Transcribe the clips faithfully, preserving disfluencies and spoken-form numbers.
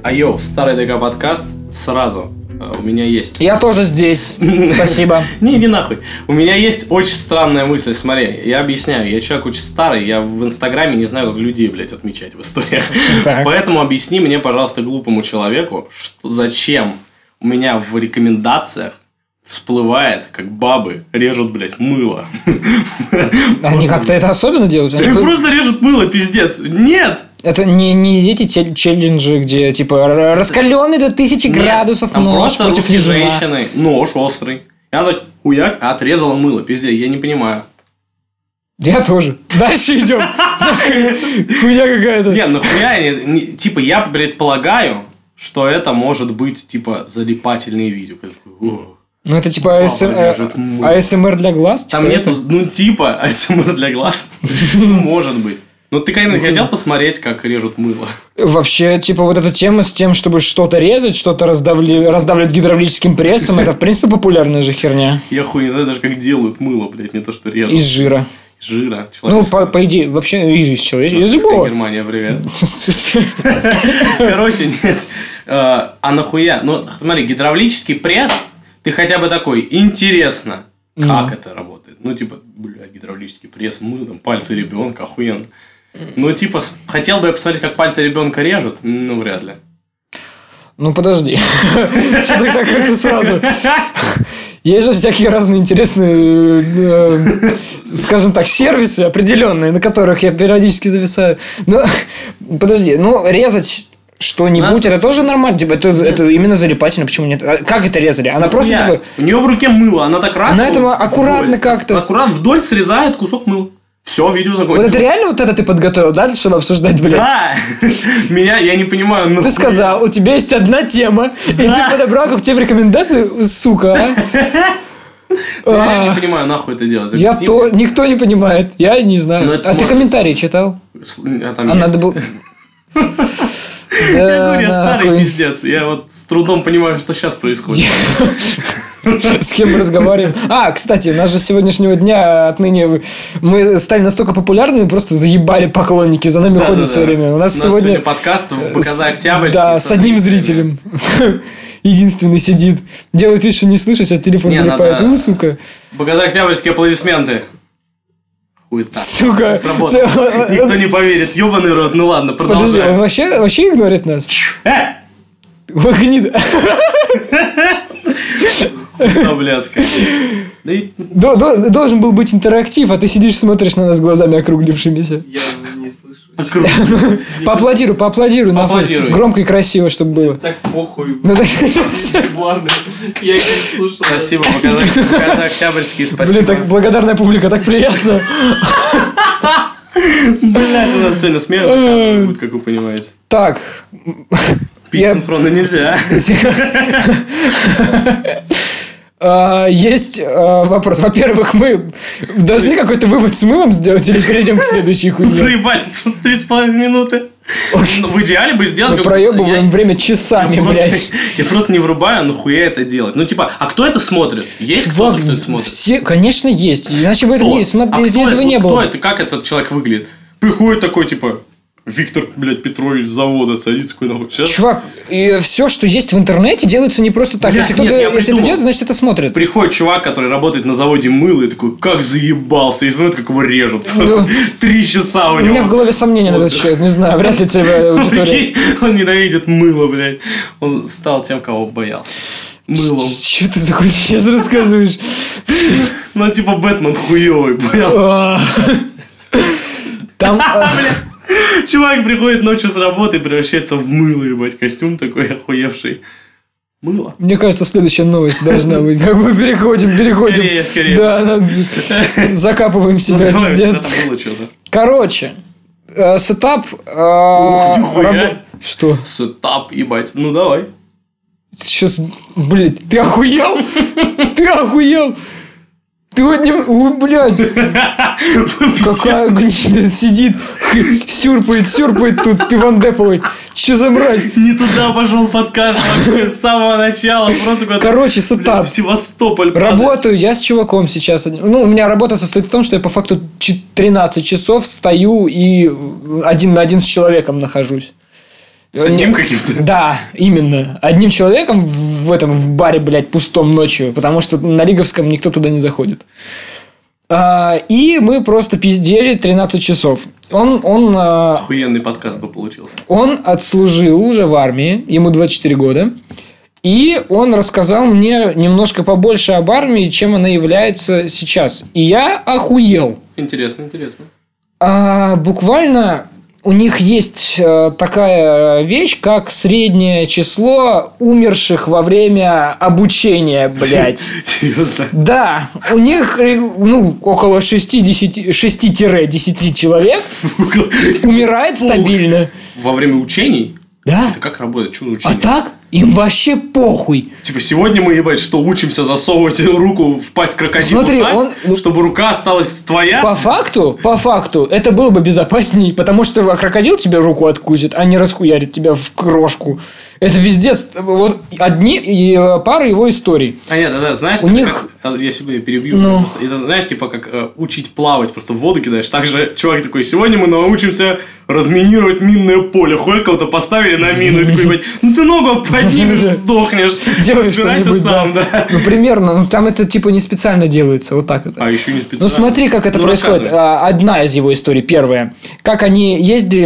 Айо, старый ДК подкаст сразу. У меня есть... Я тоже здесь. Спасибо. Не, иди нахуй. У меня есть очень странная мысль. Смотри, я объясняю. Я человек очень старый. Я в Инстаграме не знаю, как людей, блядь, отмечать в историях. Так. Поэтому объясни мне, пожалуйста, глупому человеку, что, зачем у меня в рекомендациях всплывает, как бабы режут, блядь, мыло. Они как-то это особенно делают? Они просто режут мыло, пиздец. Нет! Это не, не эти челленджи, где типа раскаленный до тысячи Нет, градусов там нож просто против лизуна. Женщины, нож острый. Я так хуяк, отрезала мыло. Пиздец, я не понимаю. Я тоже. Дальше идем. Хуя какая-то. Нет, нахуя, типа я предполагаю, что это может быть типа залипательные видео. Ну, это типа АСМР для глаз? Там нету, ну, типа АСМР для глаз. Может быть. Ну, ты когда-нибудь хотел посмотреть, как режут мыло? Вообще, типа, вот эта тема с тем, чтобы что-то резать, что-то раздавли... раздавливать гидравлическим прессом, это, в принципе, популярная же херня. Я хуй не знаю даже, как делают мыло, блядь, не то, что режут. Из жира. Из жира. Ну, по, по идее, вообще, из чего? Из любого. Германия, привет. Короче, нет. А нахуя? Ну, смотри, гидравлический пресс, ты хотя бы такой, интересно, как это работает. Ну, типа, бля, гидравлический пресс, мы там пальцы ребенка, охуенно. Ну, типа, хотел бы я посмотреть, как пальцы ребенка режут, ну, вряд ли. Ну, подожди. Что тогда как-то сразу? Есть же всякие разные интересные, скажем так, сервисы определенные, на которых я периодически зависаю. Ну, подожди, ну, резать что-нибудь, это тоже нормально, типа, это, это именно залипательно, почему нет? А как это резали? Она ну, просто, я. типа... У нее в руке мыло, она так раз... Она этого аккуратно вдоль, как-то... Аккуратно вдоль срезает кусок мыла. Все, видео закончилось. Вот это реально вот это ты подготовил, да, чтобы обсуждать, блядь? Да! Меня, я не понимаю, ну... Ты сказал, у тебя есть одна тема, и ты подобрал, как тебе в рекомендации, сука, а? Я не понимаю, нахуй это делать. Я то... Никто не понимает, я не знаю. А ты комментарии читал? А надо было... Я говорю, я старый пиздец. Я вот с трудом понимаю, что сейчас происходит. С кем мы разговариваем? А, кстати, у нас же с сегодняшнего дня отныне мы стали настолько популярными, просто заебали поклонники, за нами ходят все время. У нас сегодня подкаст в БКЗ Октябрьский. Да, с одним зрителем. Единственный сидит, делает вид, что не слышит, а телефон залипает. Ну, сука. БКЗ Октябрьские аплодисменты. Хуета. Сука. Сработало. Никто не поверит. Ёбаный рот. Ну ладно, продолжай. Подожди, он вообще, вообще игнорит нас? Вот гнида. Хуета блядская. Должен был быть интерактив, а ты сидишь, смотришь на нас глазами округлившимися. Я не слышу. Поаплодируй, поаплодируй. Поаплодируй. Громко и красиво, чтобы было. Так похуй. Ладно. Я не слушал. Спасибо, БКЗ Октябрьский, спасибо. Блин, так благодарная публика, так приятно. Блядь, у нас сегодня смех будет, как вы понимаете. Так. Пить синхронно нельзя. Есть вопрос. Во-первых, мы должны какой-то вывод с мылом сделать или перейдем к следующей хуйне? Проебали три с половиной минуты. В идеале бы сделать... Мы проебываем время часами, блядь. Я просто не врубаю, нахуя это делать. Ну, типа, а кто это смотрит? Есть кто-то, кто это смотрит? Все, конечно, есть. Иначе бы этого не было. Кто это? Как этот человек выглядит? Приходит такой, типа... Виктор, блядь, Петрович с завода садится такой нахуй. Сейчас? Чувак, и все, что есть в интернете, делается не просто так. Бля, если кто-то, нет, если это делает, значит это смотрит. Приходит чувак, который работает на заводе мыла, и такой, как заебался, и смотрит, как его режут. Три часа у него. У меня в голове сомнения на этот человек, не знаю, вряд ли целевая аудитория. Он ненавидит мыло, блядь. Он стал тем, кого боялся. Мылом. Что ты за хуйню сейчас рассказываешь? Ну, типа Бэтмен хуёвый, понял? Там, блядь. Чувак приходит ночью с работы и превращается в мыло, ебать, костюм такой охуевший. Мыло. Мне кажется, следующая новость должна быть. Как мы переходим, переходим. Скорее, скорее. Да, надо... закапываем себя, ну, пиздец. Короче, э, сетап... Э, Ух, ты раб... Что? Сетап, ебать. Ну, давай. Сейчас, блядь, ты охуел? Ты охуел? Ты вот не... Ой, блядь. Какая гнида сидит, сюрпает, сюрпает тут пивандеповый. Че за мразь? Не туда пошел подкаст с самого начала. Просто короче, сетап. В Севастополь. Работаю я с чуваком сейчас. Ну, у меня работа состоит в том, что я по факту тринадцать часов стою и один на один с человеком нахожусь. С одним каким-то? Да, именно. Одним человеком в этом в баре, блядь, пустом ночью. Потому что на Лиговском никто туда не заходит. А, и мы просто пиздели тринадцать часов. Он, он, Охуенный подкаст бы получился. Он отслужил уже в армии. Ему двадцать четыре года. И он рассказал мне немножко побольше об армии, чем она является сейчас. И я охуел. Интересно, интересно. А, буквально... У них есть э, такая вещь, как среднее число умерших во время обучения, блядь. Серьезно? Да. У них ну, около шестьдесят, шесть-десять человек умирает стабильно. Во время учений? Да. Это как работает? Что за учение? А так? Им вообще похуй. Типа, сегодня мы, ебать, что, учимся засовывать руку в пасть крокодилу Смотри, так, он... чтобы рука осталась твоя? По факту, по факту, это было бы безопасней, потому что крокодил тебе руку откусит, а не расхуярит тебя в крошку. Это пиздец. Вот одни и пара его историй. А нет, да, да, знаешь, у них... как, я себе перебью. Ну... Это, знаешь, типа, как э, учить плавать, просто в воду кидаешь. Так же чувак такой, сегодня мы научимся разминировать минное поле. Хуй кого-то поставили на мину, и такой, ебать, ну ты ногу поднимешь, сдохнешь. Делай что-нибудь, сам, да. да. Ну, примерно. Ну, там это, типа, не специально делается. Вот так это. А, еще не специально. Ну, смотри, как это ну, происходит. Одна из его историй, первая. Как они ездили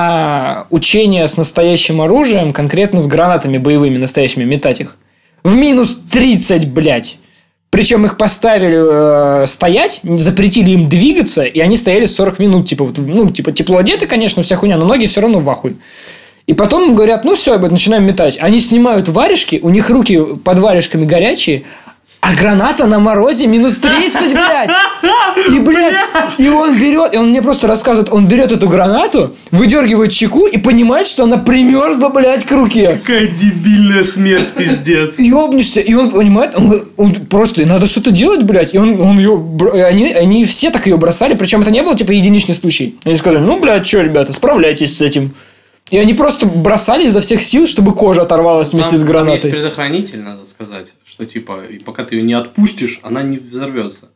на учения с настоящим оружием, конкретно с гранатами боевыми настоящими, метать их. В минус тридцать, блядь. Причем их поставили э, стоять, запретили им двигаться, и они стояли сорок минут. Типа, вот, ну, типа, тепло одеты, конечно, вся хуйня, но ноги все равно в ахуе. И потом говорят, ну все, начинаем метать. Они снимают варежки, у них руки под варежками горячие, а граната на морозе минус тридцать, блядь. И, блядь, и он берет, и он мне просто рассказывает, он берет эту гранату, выдергивает чеку и понимает, что она примерзла, блядь, к руке. Какая дебильная смерть, пиздец. Ёбнешься, и он понимает, он, он просто, надо что-то делать, блядь. И он, он ее, они, они все так ее бросали, причем это не было, типа, единичный случай. Они сказали, ну, блядь, что, ребята, справляйтесь с этим. И они просто бросали изо всех сил, чтобы кожа оторвалась вместе там, с гранатой. Там есть предохранитель, надо сказать, что типа, пока ты ее не отпустишь, она не взорвется.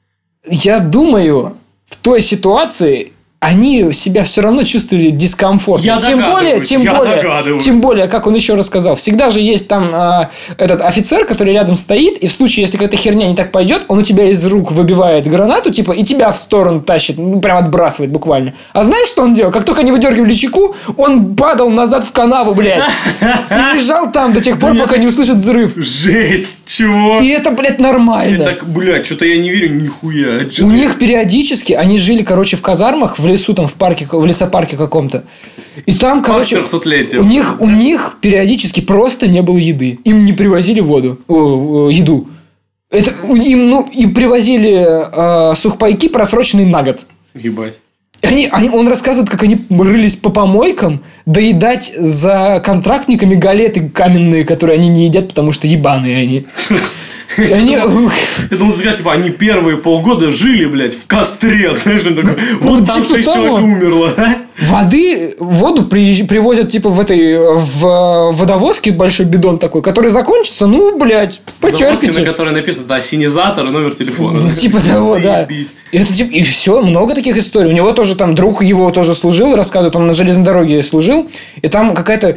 Я думаю, в той ситуации они себя все равно чувствовали дискомфортно. Я тем более, тем я более, тем более, как он еще рассказал, всегда же есть там э, этот офицер, который рядом стоит, и в случае, если какая-то херня не так пойдет, он у тебя из рук выбивает гранату, типа, и тебя в сторону тащит, ну, прям отбрасывает буквально. А знаешь, что он делал? Как только они выдергивали чеку, он падал назад в канаву, блядь, и лежал там до тех пор, пока не услышит взрыв. Жесть, чего? И это, блядь, нормально. Так, блядь, что-то я не верю, нихуя. У них периодически, они жили, короче, в казармах, в лесу, там, в парке, в лесопарке каком-то. И там, короче, у них, у них периодически просто не было еды. Им не привозили воду, о, о, еду. Это, им, ну, и привозили э, сухпайки, просроченные на год. Ебать. Они, они, он рассказывает, как они рылись по помойкам, доедать за контрактниками галеты каменные, которые они не едят, потому что ебаные они. Они... Я думал, ты скажешь, типа, они первые полгода жили, блядь, в костре. Знаешь, он такой, вот там шесть человек умерло. Воды, воду при, привозят, типа, в этой, в водовозке большой бидон такой, который закончится, ну, блядь, потерпите. На которой написано, да, синизатор и номер телефона. Типа того, да. И, это, типа, и все, много таких историй. У него тоже там друг его тоже служил, рассказывает, он на железной дороге служил, и там какая-то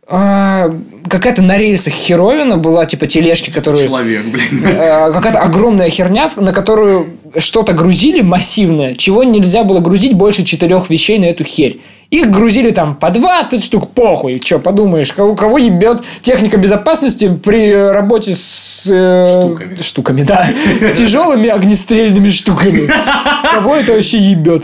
какая-то на рельсах херовина была, типа тележки, которые... Человек, блин. Какая-то огромная херня, на которую что-то грузили массивное, чего нельзя было грузить больше четырех вещей на эту херь. Их грузили там по двадцать штук, похуй. Че, подумаешь, кого, кого ебет техника безопасности при работе с... Э, штуками. Штуками, да. Тяжелыми огнестрельными штуками. Кого это вообще ебет?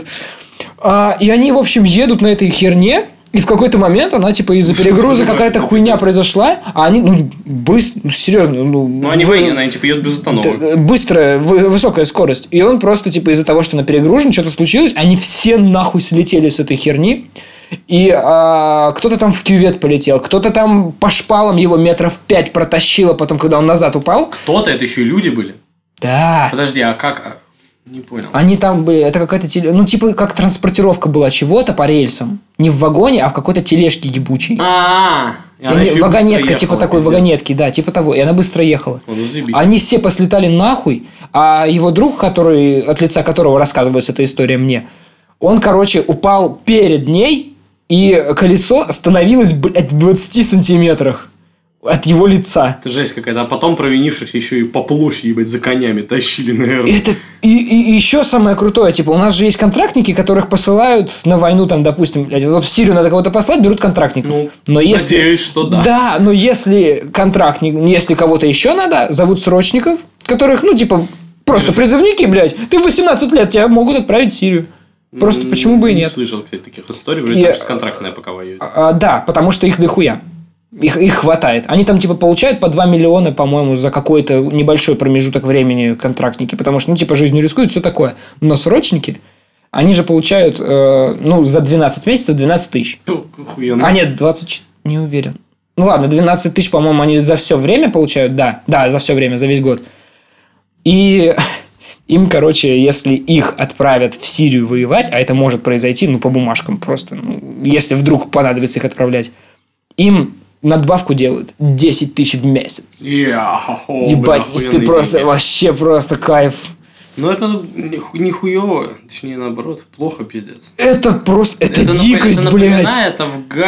И они, в общем, едут на этой херне. И в какой-то момент она, типа, из-за перегруза какая-то хуйня произошла, а они, ну, быстро, ну, серьезно, ну... Ну, они вы... военные, они, типа, едут без остановок. Быстрая, высокая скорость. И он просто, типа, из-за того, что она перегружена, что-то случилось, они все нахуй слетели с этой херни. И а, кто-то там в кювет полетел, кто-то там по шпалам его метров пять протащило потом, когда он назад упал. Кто-то, это еще и люди были? Да. Подожди, а как... Не понял. Они там были, это какая-то теле... ну типа как транспортировка была чего-то по рельсам, не в вагоне, а в какой-то тележке ебучей. А, вагонетка типа такой вагонетки, да, типа того, и она быстро ехала. Они все послетали нахуй, а его друг, который от лица которого рассказывается эта история мне, он, короче, упал перед ней И колесо становилось, блядь, в двадцати сантиметрах от его лица. Это жесть какая-то. А потом провинившихся еще и по площади, ебать, за конями тащили, наверное. Это и, и, и еще самое крутое. Типа, у нас же есть контрактники, которых посылают на войну, там, допустим, блядь, вот в Сирию надо кого-то послать, берут контрактников. Ну, но если, надеюсь, что да. Да, но если контрактник, если кого-то еще надо, зовут срочников, которых, ну, типа, просто призывники, блядь, ты в восемнадцать лет, тебя могут отправить в Сирию. Просто mm, почему бы и нет. Не слышал, кстати, таких историй. Вроде Я... там контрактные пока воюют. А, да, потому что их дохуя. Их, их хватает. Они там типа получают по два миллиона, по-моему, за какой-то небольшой промежуток времени контрактники. Потому что, ну, типа, жизнью рискуют, все такое. Но срочники, они же получают, э, ну, за двенадцать месяцев двенадцать тысяч. Охуенно. А нет, двадцать, не уверен. Ну, ладно, двенадцать тысяч, по-моему, они за все время получают. Да, да, за все время, за весь год. И... Им, короче, если их отправят в Сирию воевать, а это может произойти, ну, по бумажкам просто, ну, если вдруг понадобится их отправлять, им надбавку делают десять тысяч в месяц. Yeah, oh, ебать, ты просто, вообще просто кайф. Ну, это не хуёво, точнее, наоборот, плохо, пиздец. Это просто, это, это дикость, это блядь. Это напоминает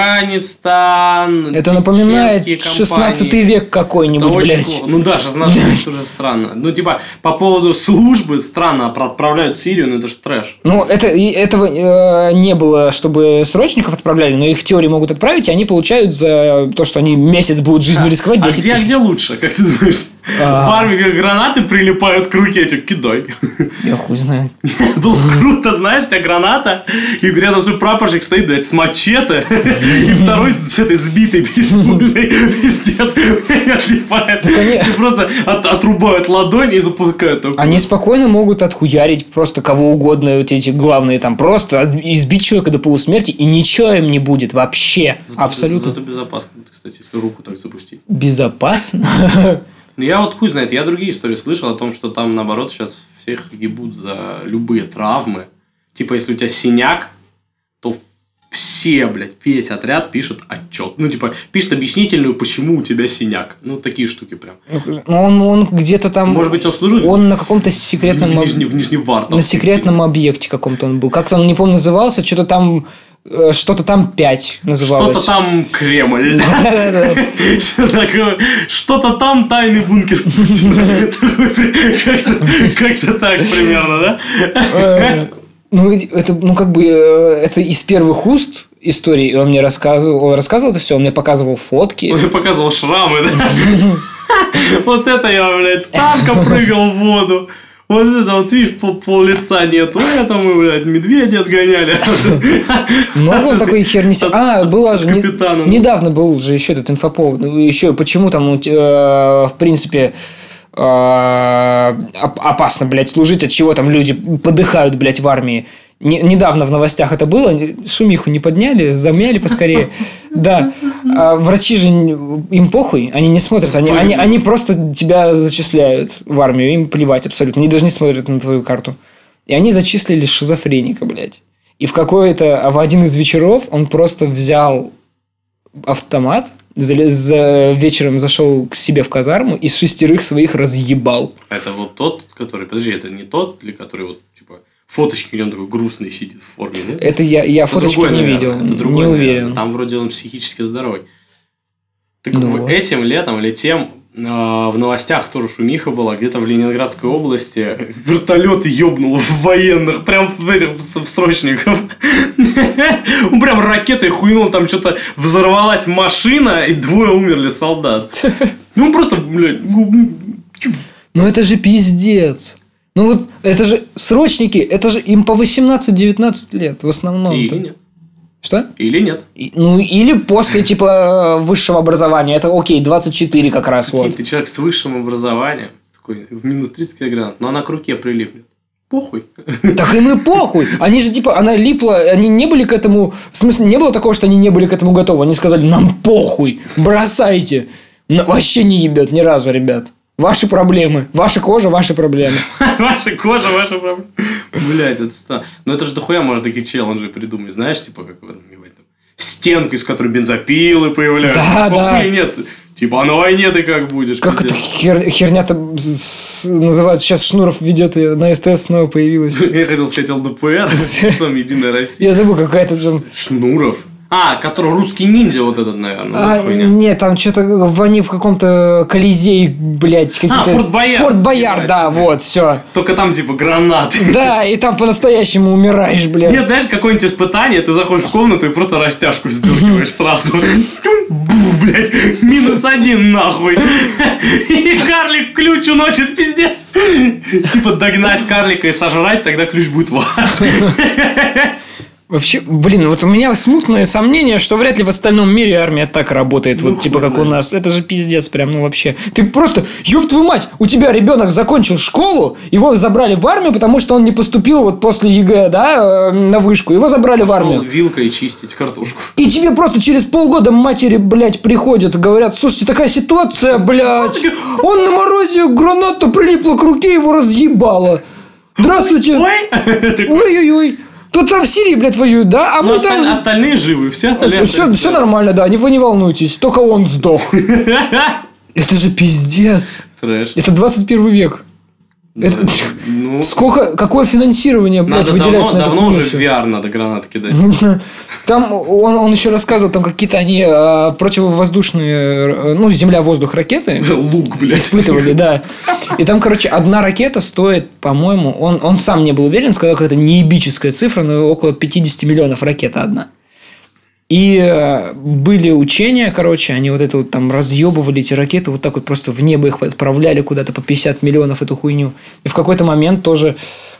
Афганистан. Это напоминает шестнадцатый век какой-нибудь, это блядь. Плохо. Ну да, шестнадцатый век тоже странно. Ну, типа, по поводу службы странно отправляют в Сирию, но это же трэш. Ну, это, этого э, не было, чтобы срочников отправляли, но их в теории могут отправить, и они получают за то, что они месяц будут жизнью а, рисковать десять тысяч. А где, где лучше, как ты думаешь? А... В армии как гранаты прилипают к руке, эти кидай. Я хуй знаю. Было круто, знаешь, у тебя граната, и рядом свой прапорщик стоит, блядь, с мачете, и второй с этой сбитой пистолей, пиздец, не отлипает. И просто отрубают ладонь и запускают. Они спокойно могут отхуярить просто кого угодно, вот эти главные там, просто избить человека до полусмерти, и ничего им не будет вообще. Абсолютно. Это безопасно, кстати, если руку так запустить. Безопасно? Ну, я вот хуй знает, я другие истории слышал о том, что там, наоборот, сейчас всех ебут за любые травмы. Типа, если у тебя синяк, то все, блядь, весь отряд пишет отчет. Ну, типа, пишет объяснительную, почему у тебя синяк. Ну, такие штуки прям. Ну, он, он где-то там... Может быть, он служил? Он на каком-то секретном... В, Нижне, в Нижневартовске. На секретном объекте каком-то он был. Как-то он, не помню, назывался, что-то там... Что-то там пять называлось. Что-то там Кремль. Что-то там тайный бункер. Как-то так примерно, да? Ну, это, ну, как бы, это из первых уст истории. Он мне рассказывал, он рассказывал это все, он мне показывал фотки. Он мне показывал шрамы, да? Вот это я, блядь, с танка прыгал в воду. Вот это вот, видишь, пол, пол лица нет. Вот это мы, блядь, медведя отгоняли. Много он такой херни... А, была же... Не... Недавно был же еще этот инфоповод. Еще почему там, э, в принципе, э, опасно, блядь, служить, от чего там люди подыхают, блядь, в армии. Не, недавно в новостях это было, шумиху не подняли, замяли поскорее. Да, а врачи же им похуй, они не смотрят, они, они, они просто тебя зачисляют в армию, им плевать абсолютно, они даже не смотрят на твою карту. И они зачислили шизофреника, блядь. И в какой-то, а в один из вечеров он просто взял автомат, залез, за, вечером зашел к себе в казарму и с шестерых своих разъебал. Это вот тот, который, подожди, это не тот, или который вот фоточки, где он такой грустный сидит в форме, нет? Это я, я это фоточки другой, не наверное, видел, это другой, не уверен. Наверное. Там вроде он психически здоровый. Так ну вот. Этим летом или тем э, в новостях тоже шумиха была, где-то в Ленинградской области вертолет ебнул в военных, прям в этих в срочников. Он прям ракетой хуйнул, там что-то взорвалась машина, и двое умерли солдат. Ну просто, блядь. Ну это же пиздец. Ну вот, это же срочники, это же им по восемнадцать-девятнадцать лет в основном. Или нет. Что? Или нет. И, ну, или после, типа, высшего образования. Это окей, двадцать четыре как раз. Вот. Ты человек с высшим образованием, такой, в минус тридцать килограмм, но она к руке прилипнет. Похуй. Так им и похуй. Они же, типа, она липла, они не были к этому... В смысле, не было такого, что они не были к этому готовы. Они сказали, нам похуй, бросайте. Но вообще не ебет ни разу, ребят. Ваши проблемы. Ваша кожа, ваши проблемы. Ваша кожа, ваши проблемы. Блядь, это странно. Но это же дохуя можно таких челленджей придумать. Знаешь, типа, как в этом, стенка, из которой бензопилы появляются. Да, да. Нет. Типа, а на войне ты как будешь? Как эта хер, херня-то называется? Сейчас Шнуров ведет ее, на СТС снова появилась. Я хотел сказать ЛДПР, потом Единая Россия. Я забыл, какая-то там... Шнуров. А, который русский ниндзя вот этот, наверное. А, нет, там что-то они в каком-то колизее, блядь, какие-то... А, Форт Боярд. Форт Боярд, да, вот, все. Только там типа гранаты. Да, и там по-настоящему умираешь, блядь. Нет, знаешь, какое-нибудь испытание, ты заходишь в комнату и просто растяжку сдергиваешь сразу. Бу, блядь, минус один нахуй. И карлик ключ уносит, пиздец. Типа догнать карлика и сожрать, тогда ключ будет ваш. Вообще, блин, вот у меня смутное сомнение, что вряд ли в остальном мире армия так работает, ну, вот типа как у нас. Это же пиздец прям, ну вообще. Ты просто, ёб твою мать, у тебя ребенок закончил школу, его забрали в армию, потому что он не поступил вот после ЕГЭ, да, на вышку. Его забрали в армию. Вилкой чистить картошку. И тебе просто через полгода матери, блядь, приходят и говорят: слушайте, такая ситуация, блядь. Он на морозе, граната прилипла к руке, его разъебало. Здравствуйте. Ой-ой-ой. Тут там в Сирии, блядь, воюют, да? А но мы там... остальные живы, все остальные... Все, все нормально, да, вы не волнуйтесь, только он сдох. Это же пиздец. Трэш. Это двадцать первый век. Это... Ну, сколько, какое финансирование, блядь, надо выделяется давно, на это? Давно уже в ви ар надо гранат кидать. Там он, он еще рассказывал, там какие-то они а, противовоздушные, ну, земля-воздух ракеты. Лук, блядь. Испытывали, да. И там, короче, одна ракета стоит, по-моему, он, он сам не был уверен, сказал, что это неебическая цифра, но около пятьдесят миллионов ракета одна. И были учения, короче, они вот это вот там разъебывали эти ракеты, вот так вот просто в небо их отправляли куда-то по пятьдесят миллионов эту хуйню. И в какой-то момент тоже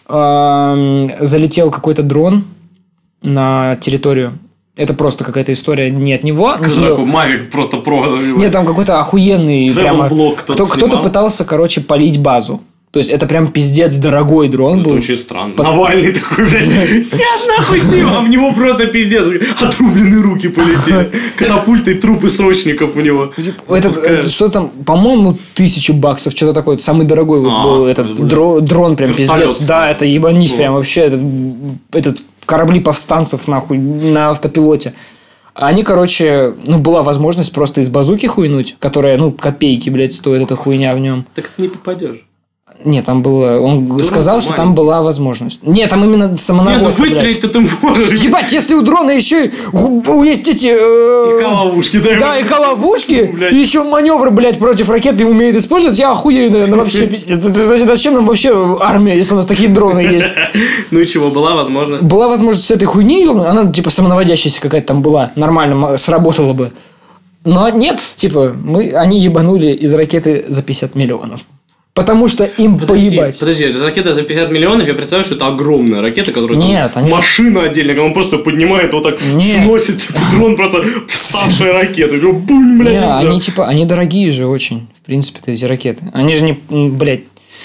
э, залетел какой-то дрон на территорию. Это просто какая-то история не от него. Такой Мавик просто про. Нет, там какой-то охуенный прямо. Кто, кто-то пытался, короче, палить базу. То есть, это прям пиздец дорогой дрон был. Это очень странно. Под... Навальный такой, блядь, сейчас нахуй с ним, а в него просто пиздец. Отрубленные руки полетели. Катапульты, трупы срочников у него. Этот, что там, по-моему, тысяча баксов, что-то такое. Самый дорогой а, был этот дрон, дрон прям пиздец. Да, это ебанись прям вообще. Этот, этот корабли повстанцев, нахуй, на автопилоте. Они, короче, ну, была возможность просто из базуки хуйнуть, которая, ну, копейки, блядь, стоит эта хуйня в нем. Так ты не попадешь. Нет, там было... Он дрон сказал, нормально. Что там была возможность. Нет, там именно самонаводка. Нет, ну выстрелить-то ты можешь. Ебать, если у дрона еще есть эти... Э... И коловушки, да? Да, и коловушки, и еще маневры, блядь, против ракеты умеет использовать, я охуею, наверное, вообще пиздец. Значит, зачем нам вообще армия, если у нас такие дроны есть? Ну и чего, была возможность? Была возможность с этой хуйней, она типа самонаводящаяся какая-то там была, нормально сработала бы. Но нет, типа, мы, они ебанули из ракеты за пятьдесят миллионов. Потому что им подожди, поебать. Подожди, это ракета за пятьдесят миллионов, я представляю, что это огромная ракета, которая Нет, там машина же... отдельная, он просто поднимает, вот так Нет. сносит дрон просто вставшая ракета. Бум, блядь, не, они типа, они дорогие же очень, в принципе-то эти ракеты. Они же не, блядь.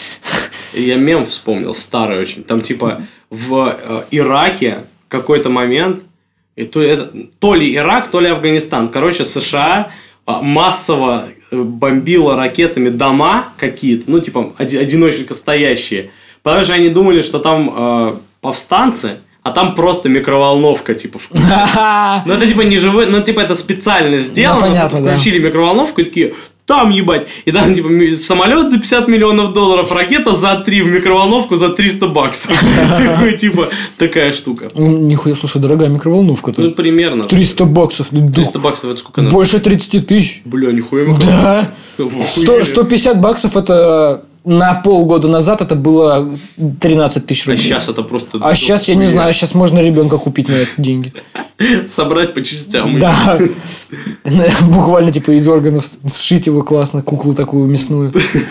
Я мем вспомнил, старый очень. Там типа в э, Ираке какой-то момент, и то, это, то ли Ирак, то ли Афганистан. Короче, США массово бомбила ракетами дома какие-то, ну, типа, одиночника стоящие. Потому что они думали, что там э, повстанцы, а там просто микроволновка, типа. Ну, это, типа, не живой, ну, типа, это специально сделано. Ну, понятно, да. Включили микроволновку и такие, там, ебать. И там, типа, самолет за пятьдесят миллионов долларов, ракета за три в микроволновку за триста баксов. Типа, такая штука. Нихуя, слушай, дорогая микроволновка-то. Ну, примерно. триста баксов. триста баксов, это сколько? Больше тридцать тысяч. Бля, нихуя микроволновка. Да. сто пятьдесят баксов это... На полгода назад это было тринадцать тысяч рублей. А сейчас это просто... А сейчас, я не знаю, сейчас можно ребенка купить на эти деньги. Собрать по частям. Да. Буквально типа из органов сшить его классно, куклу такую мясную.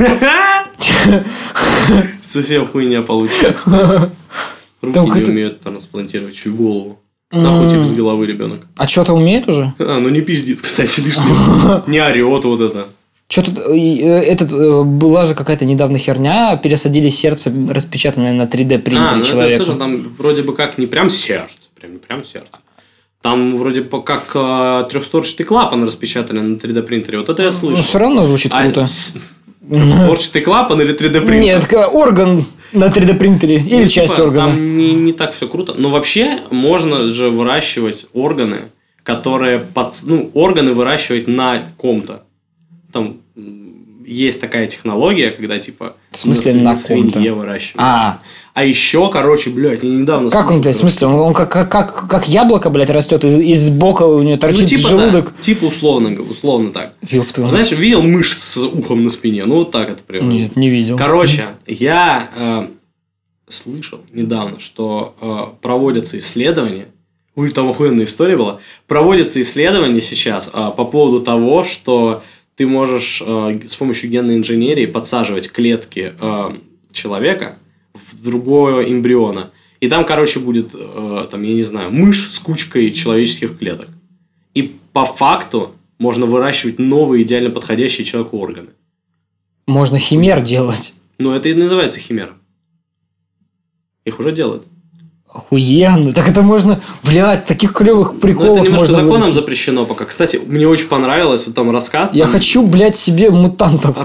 Совсем хуйня получится. Руки не умеют трансплантировать чью голову. Нахуй тебе с головы ребенок. А что-то умеет уже? А, ну не пиздит, кстати, лишнего. Не орет вот это. Что тут, этот, была же какая-то недавно херня, пересадили сердце, распечатанное на три дэ принтере а, ну человека. Это, слушай, там вроде бы как не прям сердце, прям не прям сердце. Там вроде бы как э, трехстворчатый клапан распечатали на три дэ принтере. Вот это я слышал. Ну, все равно звучит круто. А, трехстворчатый клапан или три дэ принтер? Нет, орган на три дэ принтере или ну, часть типа, органа. Там не, не так все круто. Но вообще можно же выращивать органы, которые под, ну, органы выращивать на ком-то. Там есть такая технология, когда, типа, в смысле, на, на свинье выращивают. А. А еще, короче, блядь, я недавно... Как он, блядь, в смысле? Он, он как, как, как, как яблоко, блядь, растет, из, из бока у него торчит ну, типа желудок. Так, типа условно, условно так. Ёпта. Знаешь, видел мышь с ухом на спине? Ну, вот так это прям. Нет, не видел. Короче, я э, слышал недавно, что э, проводятся исследования. Ой, там охуенная история была. Проводятся исследования сейчас э, по поводу того, что ты можешь э, с помощью генной инженерии подсаживать клетки э, человека в другого эмбриона. И там, короче, будет, э, там, я не знаю, мышь с кучкой человеческих клеток. И по факту можно выращивать новые, идеально подходящие человеку органы. Можно химер делать. Ну, это и называется химера. Их уже делают. Охуенно. Так это можно... Блядь, таких клевых приколов можно... Это немножко можно законом вырастить. Запрещено пока. Кстати, мне очень понравилось вот там рассказ. Я там... хочу, блядь, себе мутантов.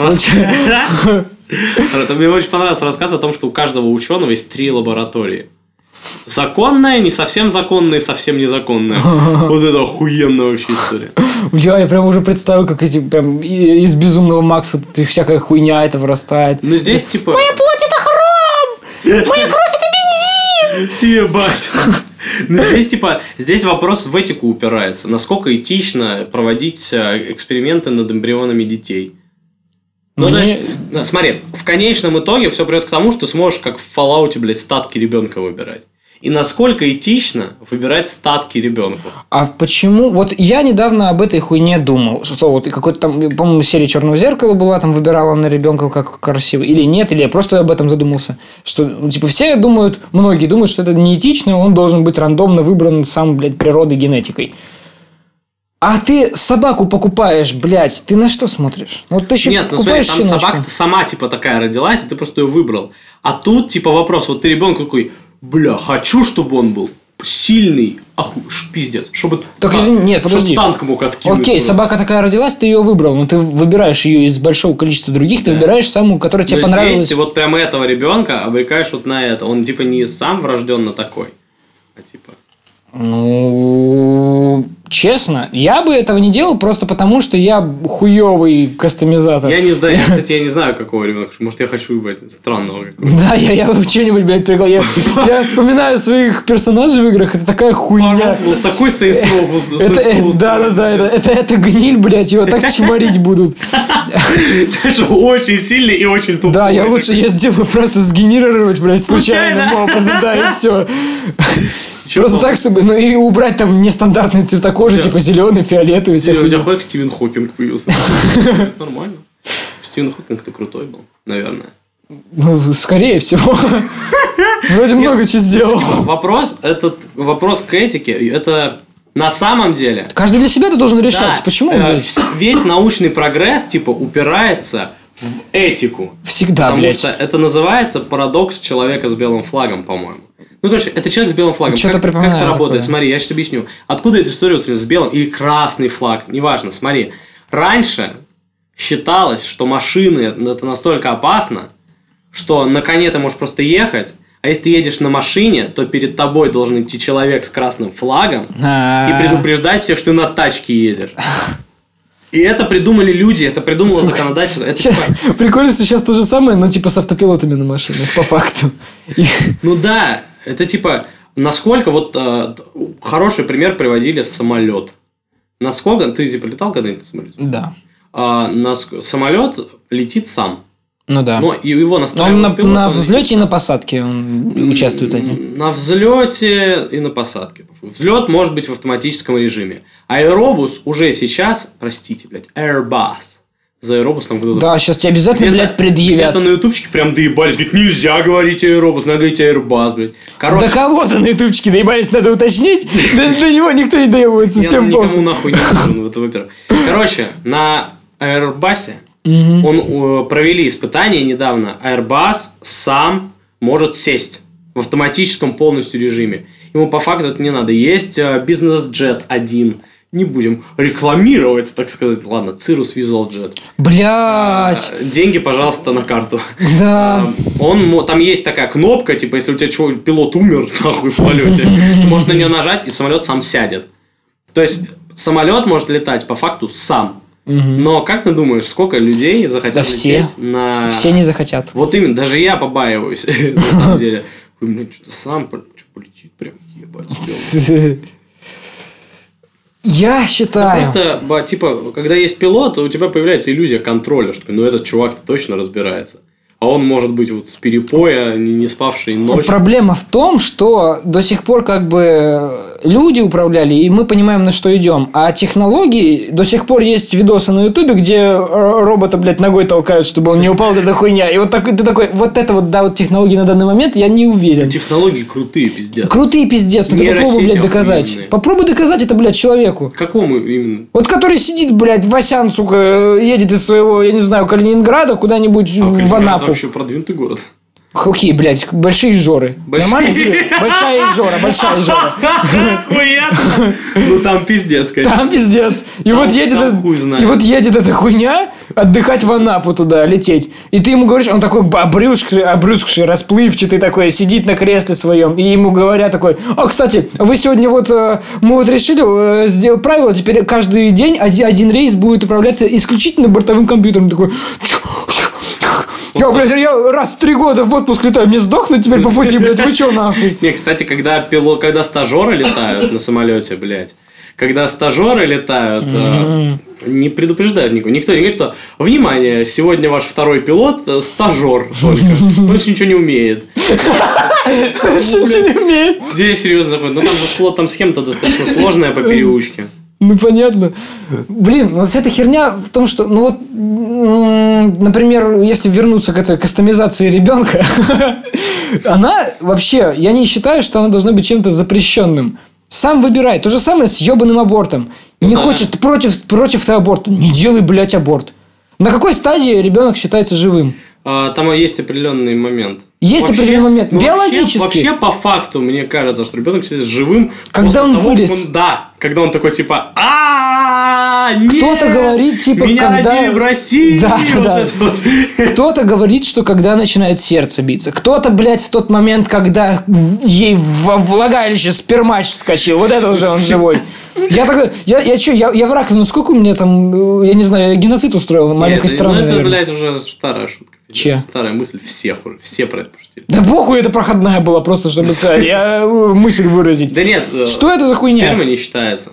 Мне очень понравился рассказ о том, что у каждого ученого есть три лаборатории. Законная, не совсем законная и совсем незаконная. Вот это охуенная вообще история. Я, я прям уже представил, как эти прям из Безумного Макса всякая хуйня это вырастает. Ну здесь типа... Моя плоть это хром! Моя кровь это бензин! Ебать. Ну здесь типа, здесь вопрос в этику упирается. Насколько этично проводить эксперименты над эмбрионами детей. Ну, Мне... то есть, смотри, в конечном итоге все придет к тому, что ты сможешь, как в Fallout, блядь, статки ребенка выбирать. И насколько этично выбирать статки ребенку. А почему? Вот я недавно об этой хуйне думал. Что вот какой-то там, по-моему, серия Черного зеркала была, там выбирала на ребенка как красиво. Или нет, или я просто об этом задумался. Что, типа, все думают, многие думают, что это неэтично, он должен быть рандомно выбран сам, блядь, природой, генетикой. А ты собаку покупаешь, блядь, ты на что смотришь? Вот ты еще Нет, ну смотри, там собака сама типа такая родилась, и ты просто ее выбрал. А тут типа вопрос, вот ты ребенок такой, бля, хочу, чтобы он был сильный, аху, пиздец, чтобы, так, извини, нет, чтобы подожди. танк мог откинуть. Окей, просто. Собака такая родилась, ты ее выбрал, но ты выбираешь ее из большого количества других, ты да. выбираешь самую, которая тебе но понравилась. Здесь ты вот прямо этого ребенка обрекаешь вот на это. Он типа не сам врожденно такой, а типа... Ну, честно, я бы этого не делал просто потому, что я хуёвый кастомизатор. Я не знаю, кстати, я не знаю, какого ребенка. Может, я хочу выбрать странного какого-то. Да, я, я что-нибудь, блядь, прикол. Я, я вспоминаю своих персонажей в играх, это такая хуйня. Такой сейснов. Да, да, да, это, это гниль, блядь, его так чморить будут. Знаешь, очень сильный и очень тупой. Да, я лучше я сделаю просто сгенерировать, блядь, случайным образом, да, и все. Чё просто так, чтобы, ну и убрать там нестандартные цвета кожи, да. Типа зеленый, фиолетовый. У тебя хоть Стивен Хокинг появился. Нормально. Стивен Хокинг-то крутой был, наверное. Ну, скорее всего. Вроде много чего сделал. Вопрос, этот вопрос к этике, это на самом деле... Каждый для себя ты должен решать. Почему? Весь научный прогресс, типа, упирается в этику. Всегда, блядь. Потому что это называется парадокс человека с белым флагом, по-моему. Ну, короче, это человек с белым флагом. Как, как это работает? Такое. Смотри, я сейчас объясню. Откуда эта история с белым или красный флаг? Неважно, смотри. Раньше считалось, что машины это настолько опасно, что на коне ты можешь просто ехать, а если ты едешь на машине, то перед тобой должен идти человек с красным флагом и предупреждать всех, что ты на тачке едешь. И это придумали люди, это придумало Сука. законодательство. Это сейчас, типа... Прикольно, что сейчас то же самое, но типа с автопилотами на машинах, по факту. Ну да, это типа, насколько вот э, хороший пример приводили самолет. Насколько, ты типа летал когда-нибудь на самолете? Да. А, нас, самолет летит сам. Ну да. Но его настраивает он на, пилот, на он взлете и на посадке он участвует они. На взлете и на посадке. Взлет может быть в автоматическом режиме. Аэробус уже сейчас, простите, блядь, Airbus. За Airbus там кто-то... Да, сейчас тебе обязательно, блядь, предъявят. Где-то на ютубчике прям доебались. Говорит, нельзя говорить Airbus, надо говорить Airbus, блядь. Короче... Да кого-то на ютубчике доебались, надо уточнить. До него никто не доебывается. Всем похуй. Никому нахуй не нужен, это во-первых. Короче, на Airbus он провели испытание недавно. Airbus сам может сесть в автоматическом полностью режиме. Ему по факту это не надо. Есть Business Jet один. Не будем рекламировать, так сказать. Ладно, Cirrus Visual Jet. Блять. Деньги, пожалуйста, на карту. Да. Он, там есть такая кнопка, типа, если у тебя чего, пилот умер, нахуй, в полете, ты можешь на нее нажать, и самолет сам сядет. То есть, самолет может летать по факту сам. Но как ты думаешь, сколько людей захотят да лететь все. на... Все не захотят. Вот именно, даже я побаиваюсь, на самом деле. Вы, блин, что-то сам полетит прям, ебать. Я считаю... Ну, просто, типа, когда есть пилот, у тебя появляется иллюзия контроля, что ну этот чувак-то точно разбирается. А он может быть вот с перепоя, не спавший ночь. Проблема в том, что до сих пор как бы люди управляли, и мы понимаем, на что идем. А технологии... До сих пор есть видосы на Ютубе, где робота, блядь, ногой толкают, чтобы он не упал, это хуйня. И вот так, ты такой... Вот это вот, да, вот технологии на данный момент, я не уверен. Да, технологии крутые, пиздец. Крутые, пиздец. Ну ты попробуй, блядь, доказать. Охуенные. Попробуй доказать это, блядь, человеку. Какому именно? Вот который сидит, блядь, Васян, сука, едет из своего, я не знаю, Калининграда куда-нибудь а в Анапу. Вообще продвинутый город. Окей, блядь, большие жоры. Большие... Нормально тебе? Большая Ижора, большая Ижора. Охуенно. Ну там пиздец, конечно. Там пиздец. И вот едет и вот едет эта хуйня отдыхать в Анапу туда, лететь. И ты ему говоришь, он такой обрюзгший, обрюзгший, расплывчатый такой, сидит на кресле своем. И ему говорят такой: а, кстати, вы сегодня вот, мы вот решили сделать правило, теперь каждый день один рейс будет управляться исключительно бортовым компьютером. Такой... Я, блядь, я раз в три года в отпуск летаю, мне сдохнуть теперь по пути, блядь, вы чё нахуй? Не, кстати, когда пилот, когда стажеры летают на самолете, блядь, когда стажеры летают, mm-hmm. э, не предупреждают никого. Никто не говорит, что внимание, сегодня ваш второй пилот стажер только. Больше ничего не умеет. Больше ничего не умеет. Здесь серьезно такой. Ну там же там схема-то достаточно сложная по переучке. Ну, понятно. Блин, вот вся эта херня в том, что, ну вот, например, если вернуться к этой кастомизации ребенка, она вообще, я не считаю, что она должна быть чем-то запрещенным. Сам выбирай. То же самое с ебаным абортом. Не да. хочешь, ты против, против ты аборта, не делай, блядь, аборт. На какой стадии ребенок считается живым? А, там есть определенный момент. Есть вообще, определенный момент. Ну, биологически. Вообще, вообще, по факту, мне кажется, что ребенок считается живым. Когда он того, вылез. Он, да. Когда он такой, типа, а кто-то говорит, типа, меня когда... родили в России. Да, да. Кто-то говорит, что когда начинает сердце биться. Кто-то, блядь, в тот момент, когда ей во влагалище спермач вскочил. Вот это уже он живой. Я такой, я, я что, я, я в раковину, сколько у меня там, я не знаю, я геноцид устроил в маленькой стране, ну, это, блядь, уже старая шутка. Че? Старая мысль, все, все про это пошутили. Да похуй, это проходная была, просто чтобы сказать, я мысль выразить. Да нет. Что это за хуйня? Сперма не считается.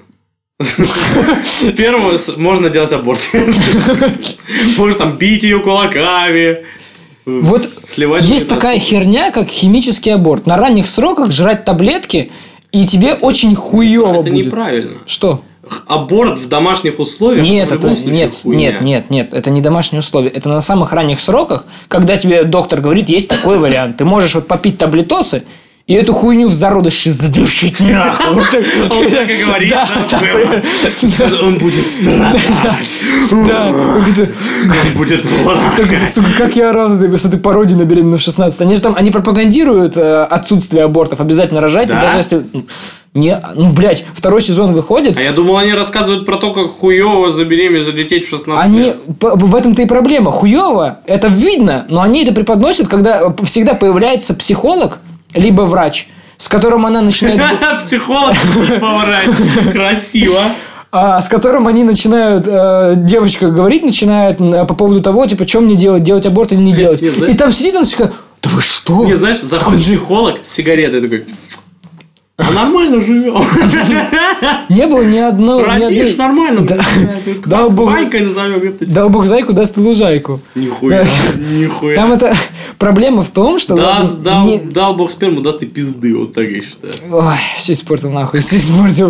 Сперму можно делать аборт. Можно там бить ее кулаками. Вот есть такая херня, как химический аборт. На ранних сроках жрать таблетки, и тебе очень хуёво будет. Это неправильно. Что? Аборт в домашних условиях. Нет, это нет, нет, нет, нет, это не домашние условия. Это на самых ранних сроках, когда тебе доктор говорит, есть такой вариант. Ты можешь вот попить таблетосы и эту хуйню в зародыше задушить нахуй. Он так и говорит, он будет страдать. Да. Он будет плакать. Сука, как я рад, что ты пародия на беременную в шестнадцать. Они же там, они пропагандируют отсутствие абортов. Обязательно рожайте, даже если... Не, ну, блядь, второй сезон выходит. А я думал, они рассказывают про то, как хуёво забеременеть, залететь в шестнадцать они, лет. В этом-то и проблема. Хуёво, это видно, но они это преподносят, когда всегда появляется психолог, либо врач, с которым она начинает... Психолог, либо врач. Красиво. А, с которым они начинают, э, девочка говорить начинает по поводу того, типа, что мне делать, делать аборт или не делать. И там сидит он такой, да вы что? Не, знаешь, заходит психолог с сигаретой такой... А нормально живем. Не было ни одного... Родишь нормально. Дал бог... Ванькой назовем. Дал бог зайку, даст лужайку. Нихуя. Нихуя. Там это... Проблема в том, что... Дал бог сперму, даст и пизды. Вот так я считаю. Ой, все испортил нахуй. Все испортил.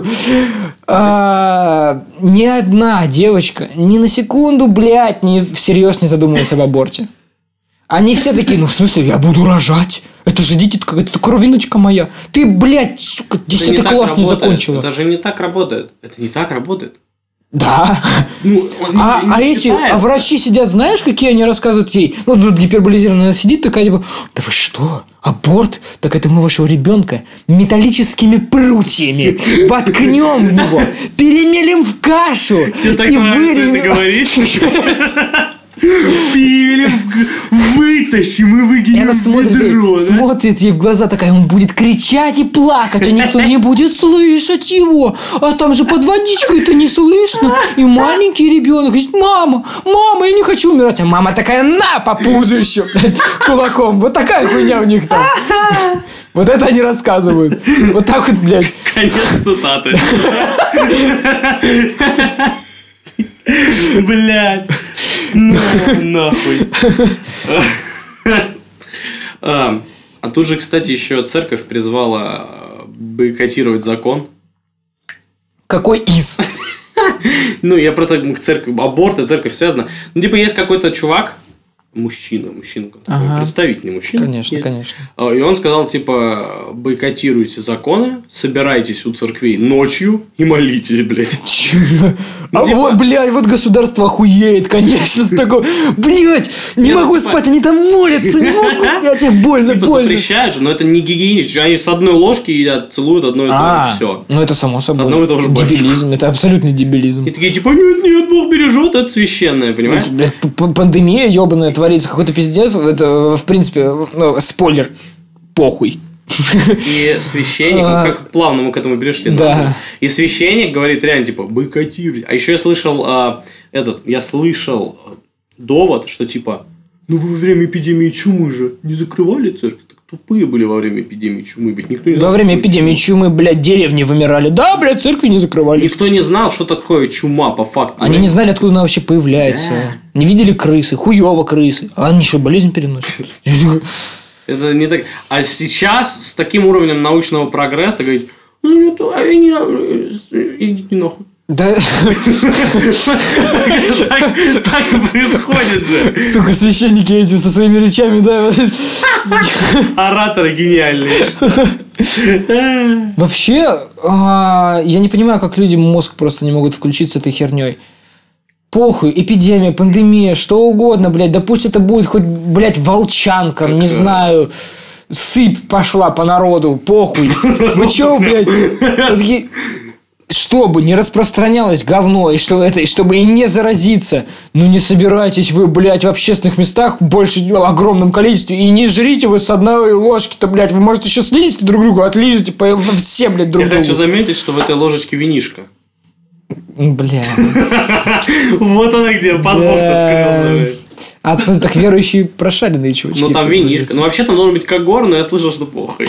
Ни одна девочка ни на секунду, блядь, всерьез не задумалась об аборте. Они все такие, ну, в смысле, я буду рожать. Это же дети, это кровиночка моя. Ты, блядь, сука, десятый класс не закончила. Это же не так работает. Это не так работает. Да. Ну, а а эти, а врачи сидят, знаешь, какие они рассказывают ей? Ну, тут гиперболизированно, она сидит такая, типа, да вы что? Аборт? Так это мы вашего ребенка металлическими прутьями воткнем в него, перемелем в кашу и вырежем. Пивелем вытащим и выкинем. И она смотрит, ведро, ей, да? смотрит ей в глаза такая, он будет кричать и плакать, а никто не будет слышать его. А там же под водичкой-то не слышно. И маленький ребенок говорит, мама, мама, я не хочу умирать. А мама такая, на, по пузу еще кулаком. Вот такая хуйня у них там. Вот это они рассказывают. Вот так вот, блядь. Конец цитаты. Блядь. Ну, нахуй. А, а тут же, кстати, еще церковь призвала бойкотировать закон. Какой из? Ну, я просто к церкви, аборт и церковь связана. Ну, типа, есть какой-то чувак, мужчина, мужчина, ага. представительный мужчина. Конечно, есть. конечно. И он сказал, типа, бойкотируйте законы, собирайтесь у церквей ночью и молитесь, блядь. А типа... вот, блядь, вот государство охуеет, конечно, с такой, блядь, не Нет, могу типа... спать, они там молятся, не могу, блядь, их больно, типа больно. запрещают же, но это не гигиенично, они с одной ложки едят, целуют одно и то же, все. Ну, это само собой. Одно и то же дебилизм, это абсолютный дебилизм. И такие, типа, нет, нет, Бог бережет, это священное, понимаешь? Блядь, пандемия ебаная творится, какой-то пиздец, это, в принципе, ну, спойлер, похуй. И священник, ну, как плавно мы к этому перешли. Да. И священник говорит реально, типа, бойкотируйте. А еще я слышал а, этот, я слышал довод, что типа, ну вы во время эпидемии чумы же не закрывали церковь? Так тупые были во время эпидемии чумы, ведь никто не знал. Во время эпидемии чумы, блядь, деревни вымирали. Да, блядь, церкви не закрывали. Никто не знал, что такое чума по факту. Они не знали, откуда она вообще появляется. Да. Не видели крысы, хуёво крысы. А они что, болезнь переносят? Это не так. А сейчас с таким уровнем научного прогресса говорить, ну нет, а я не, идите нахуй. Да. Так и происходит же. Сука, священники эти со своими речами, да. Ораторы гениальные. Вообще, я не понимаю, как люди мозг просто не могут включить с этой херней. Похуй, эпидемия, пандемия, что угодно, блядь. Да пусть это будет хоть, блядь, волчанкам, как не знаю, сыпь пошла по народу, похуй. Вы чё, блядь? Чтобы не распространялось говно, и, что это, и чтобы и не заразиться. Ну, не собирайтесь вы, блядь, в общественных местах в больше, в огромном количестве, и не жрите вы с одной ложки-то, блядь. Вы, может, еще слизите друг другу, отлижете по, все, блядь, друг другу. Я хочу заметить, что в этой ложечке винишко. Бля. Вот она где, подвох-то скрылся. А так верующие прошаренные чувачки. Ну там винишко. Ну вообще там должен быть когор, но я слышал, что похуй.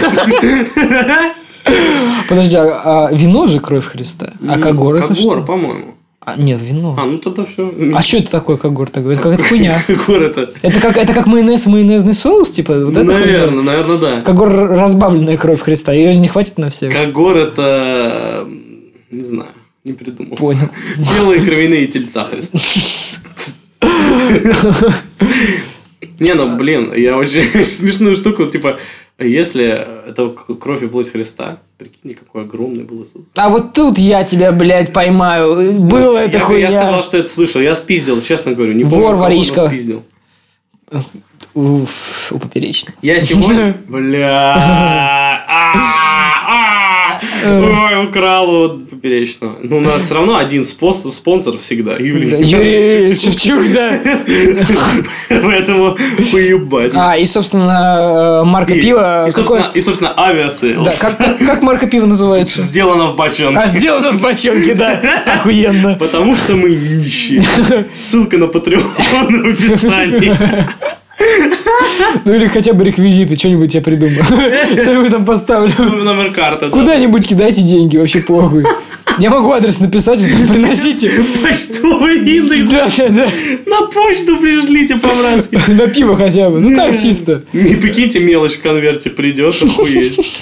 Подожди, а вино же кровь Христа? А когор это что? Когор, по-моему. А, нет, вино. А, ну тогда все. А что это такое когор? Это какая-то хуйня. Когор это... Это как, это как майонез и майонезный соус? Типа, вот ну, наверное, наверное, да. Когор разбавленная кровь Христа. Ее же не хватит на всех. Когор это... Не знаю. Не придумал. Понял. Белые кровяные тельца Христа. Не, ну, блин, я очень смешную штуку, типа, если это кровь и плоть Христа, прикинь, какой огромный был Иисус. А вот тут я тебя, блядь, поймаю. Было это хуйня. Я сказал, что это слышал. Я спиздил, честно говорю. Не помню, вор, воришка. Спиздил. Уф, у поперечной. Я сегодня... Бля... Ой, украл у поперечного. Ну, у нас все равно один спонсор всегда. Юрий Шевчук, да. Поэтому поебать. А, и, собственно, марка пива... И, собственно, авиасейлс. Да, как марка пива называется? Сделано в бочонке. А, сделано в бочонке, да. Охуенно. Потому что мы нищие. Ссылка на Patreon в описании. Ну или хотя бы реквизиты, что-нибудь я придумаю. Что-нибудь там поставлю. Номер карты. Куда-нибудь кидайте деньги, вообще похуй. Я могу адрес написать, вы там приносите. Почтовый индекс. Да, да, да. На почту пришлите по-братски. На пиво хотя бы, ну так чисто. Не прикиньте, мелочь в конверте придет, охуеть.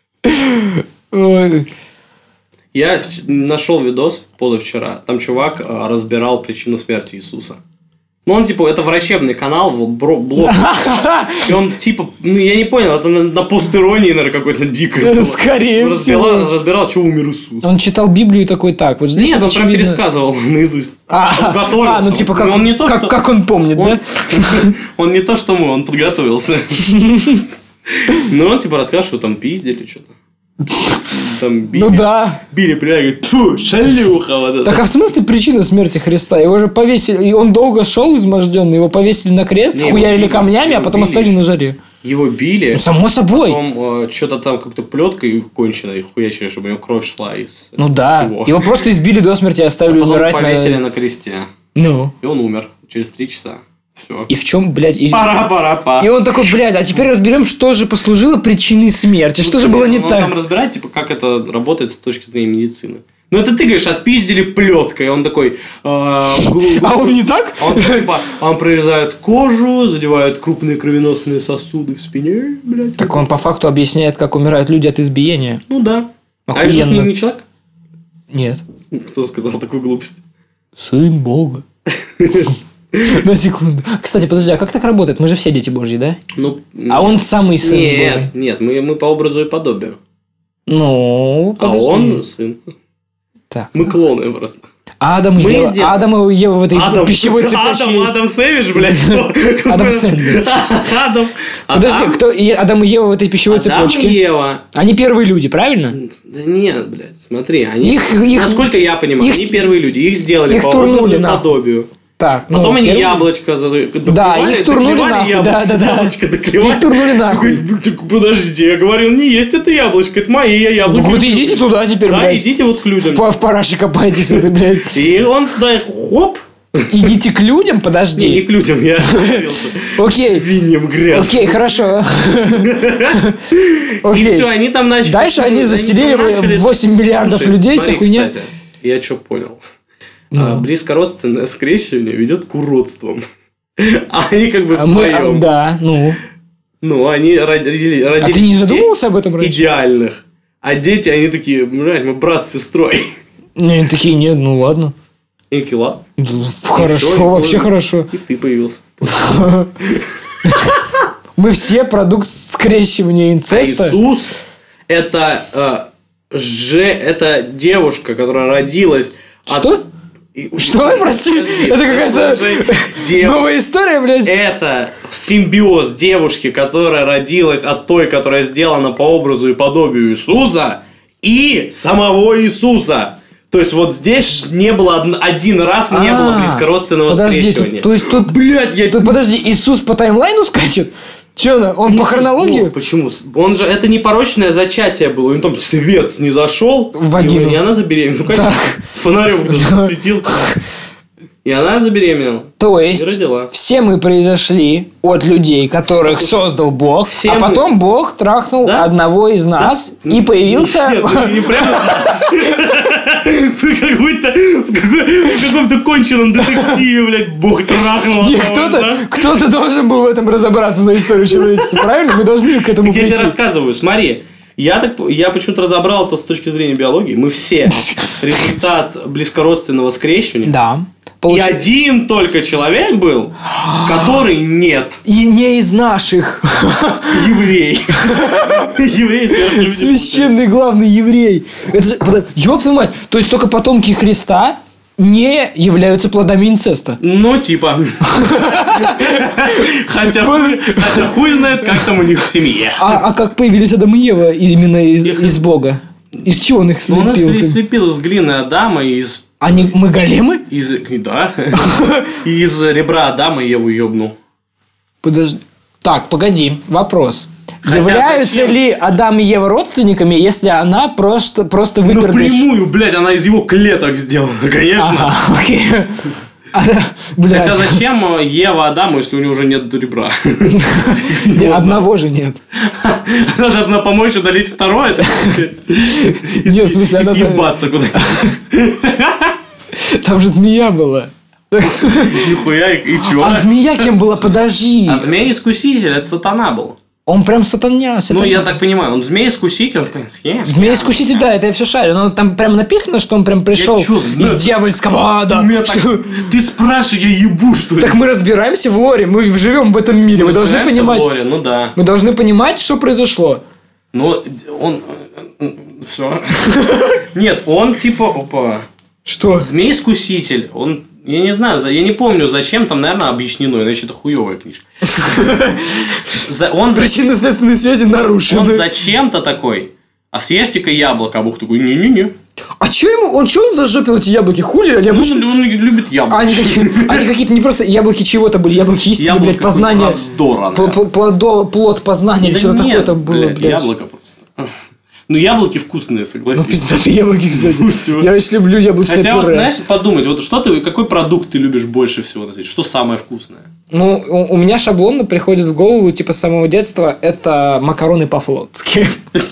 Я нашел видос позавчера. Там чувак разбирал причину смерти Иисуса. Ну, он, типа, это врачебный канал, блог. И он, типа, ну, я не понял, это на, на постеронии, наверное, какой-то дикой. Скорее разбирал, всего. Разбирал, что умер Иисус. Он читал Библию такой, так, вот здесь... Нет, он прям пересказывал наизусть. А, готовился. А, ну, типа, как он, не то, как, что... как он помнит, он, да? Он не то, что мы, он подготовился. Ну, он, типа, рассказывал, что там пиздили, что-то. там били. Ну да. Били, прям говорит, шалюха. Вот это. Так а в смысле причина смерти Христа? Его же повесили, и он долго шел изможденный, его повесили на крест, не, хуярили камнями, а потом били. Оставили на жаре. Его били. Ну, само собой. Потом э, что-то там как-то плеткой конченой хуячили, чтобы у него кровь шла из Ну да. всего. Его просто избили до смерти и оставили а умирать. Повесили на... на кресте. Ну. И он умер через три часа. Все. И в чем, блядь... И... Пара-пара-па. И он такой, блядь, а теперь разберем, что же послужило причиной смерти, ну, что же было не он так. Он там разбирает, типа, как это работает с точки зрения медицины. Ну, это ты, говоришь, отпиздили плеткой. Он такой... А он не так? Он, типа, он прорезает кожу, задевает крупные кровеносные сосуды в спине, блядь. Так он по факту объясняет, как умирают люди от избиения. Ну, да. Охуенно. А Иисус не человек? Нет. Кто сказал такую глупость? Сын Бога. На секунду. Кстати, подожди, а как так работает? Мы же все дети Божьи, да? Ну, а он самый сын нет, Божий. Нет, мы, мы по образу и подобию. Ну, подожди. А он сын. Так. Мы клоны просто. Адам и Ева. Сдел... Адам и Ева в этой Адам, пищевой цепочке. Адам, Адам Сэвидж, блядь. Адам Сэвидж. Адам. Подожди, кто Адам и Ева в этой пищевой цепочке? Адам и Ева. Они первые люди, правильно? Да нет, блядь, смотри. Они, их, их, насколько я понимаю, их, они первые люди. Их сделали их по образу и подобию. Так, потом ну, они первый... яблочко доклевали, да, их турнули нахуй. Яблочко, да, да, да. Яблочко доклевали. Их турнули нахуй. Подожди, я говорил, не есть это яблочко, это мои яблоки. Ну вот идите туда теперь, да, блядь. идите вот к людям. В, в параше копайтесь, это, блядь. И он туда хоп. Идите к людям, подожди. Не, не к людям, я остановился. Окей. Свиньям грязь. Окей, хорошо. И все, они там начали... Дальше они заселили восемь миллиардов людей, вся хуйня. Я что понял. Ну. Близкородственное скрещивание ведет к уродствам. А они как бы вдвоем. А мы, а, да, ну. Ну, они родили, родили а ты не задумывался об этом раньше? Идеальных. А дети, они такие, блядь, мы брат с сестрой. Не, они такие, нет, ну ладно. И кила. Хорошо, все, вообще хорошо. И ты появился. Мы все продукт скрещивания инцеста. А Иисус это же это девушка, которая родилась. Что? И... Что, прости? Подожди, это какая-то дев... новая история, блядь. Это симбиоз девушки, которая родилась от той, которая сделана по образу и подобию Иисуса, и самого Иисуса. То есть вот здесь не было один раз не А-а-а. было близкородственного подожди, скрещивания. То есть тут, блядь, я... то, подожди, Иисус по таймлайну скачет? Че, он ну, по хронологии? Ну, почему? Он же, это непорочное зачатие было. Он там свет не зашел. В вагину. И, и она забеременела. Ну, конечно, с фонарем кто-то светил. И она забеременела. То есть, все мы произошли от людей, которых создал Бог, все а потом мы... Бог трахнул да? одного из нас да? и появился... Нет, не прямо в каком-то конченном детективе, блядь, Бог трахнул. Нет, кто-то, кто-то должен был в этом разобраться за историю человечества, правильно? Мы должны к этому прийти. Я тебе рассказываю, смотри. Я, так, я почему-то разобрал это с точки зрения биологии. Мы все результат близкородственного скрещивания. Да. И один только человек был, который нет. И не из наших. Еврей. Еврей. Священный главный еврей. Это же, ёб твою мать. То есть только потомки Христа не являются плодами инцеста. Ну, типа. Хотя хуй знает, как там у них в семье. А как появились Адам и Ева именно из Бога? Из чего он их слепил? Он их слепил из глины Адама и из... Они, мы големы? Из, да. Из ребра Адама Еву ёбнул. Подожди. Так, погоди. Вопрос. Хотя являются зачем? ли Адам и Ева родственниками, если она просто, просто выпердыш? Напрямую, блядь, она из его клеток сделана, конечно. Ага, окей. Хотя зачем Ева Адаму, если у него уже нет ребра? Одного же нет. Она должна помочь удалить второе. Нет, в смысле, она... съебаться куда-нибудь. Там же змея была. Нихуя, и чё? А змея кем была? Подожди. А змея-искуситель, это сатана был. Он прям сатаня, сатаня. Ну, я так понимаю, он змея-искуситель, он такой, съешь. Змея-искуситель, да, это я все шарю. Но там прям написано, что он прям пришел из дьявольского ада. Ты спрашивай, я ебу, что ли? Так мы разбираемся в лоре, мы живем в этом мире, мы должны понимать. В лоре, ну да. Мы должны понимать, что произошло. Ну, он... Все. Нет, он типа... Опа. Что? Змей-искуситель, он... Я не знаю, я не помню, зачем там, наверное, объяснено, иначе это хуевая книжка. Причинно-следственные связи нарушены. Он зачем-то такой А съешьте-ка яблоко. А Бог такой, не-не-не. А что ему, он что он зажопил эти яблоки? Хули? Они обычно... Ну, он любит яблоки. А они, какие, они какие-то не просто яблоки чего-то были, яблоки истины, яблоко, блядь, познания. Плод, плод познания, да или что-то такое там было, блядь. Яблоко просто. Ну, яблоки вкусные, согласись. Ну, пиздатые яблоки, кстати. Ну, я очень люблю яблочное Хотя, пюре. Вот, знаешь, подумать, вот что ты, какой продукт ты любишь больше всего? Что самое вкусное? Ну, у, у меня шаблонно приходит в голову, типа, с самого детства, это макароны по-флотски.